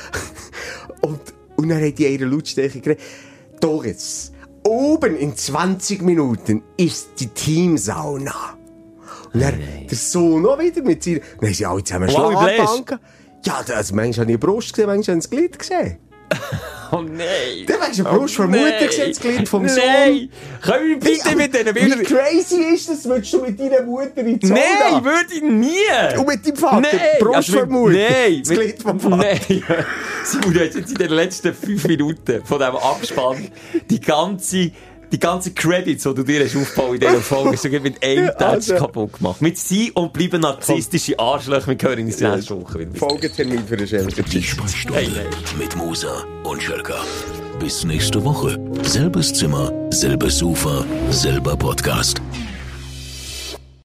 und, und dann hat die ihre Lautstärke geredet. Doris, oben in zwanzig Minuten ist die Teamsauna. Und dann der Sohn noch wieder mit seiner... Dann haben sie alle zusammen Wow, wie Schlagbanken. Ja, das, manchmal habe ich die Brust gesehen, manchmal habe ich das Glied gesehen. Oh nein. Dann hast du die Brust von der Mutter gesehen, das Glied vom Sohn. Nein. Können wir bitte mit diesen Bildern... Wie crazy ist das, würdest du mit deiner Mutter in die Sauna? Nein, würde ich nie. Und mit deinem Vater? Nein. Die Brust Also von der mit- Mutter? Nein. Das Glied vom Vater? Nein. Simon, du hast jetzt in den letzten fünf Minuten von diesem Abspann die ganze... Die ganzen Credits, die du dir hast aufgebaut in dieser Folge, hast du mit einem Touch Also. kaputt gemacht. Mit sie und bleiben narzisstische Arschlöcher. Wir hören uns nächste Woche wieder. Folgetermin für den Schelker. Die Sprechstunde mit Musa und Schelker. Bis nächste Woche. Selbes Zimmer, selbes Sofa, selber Podcast.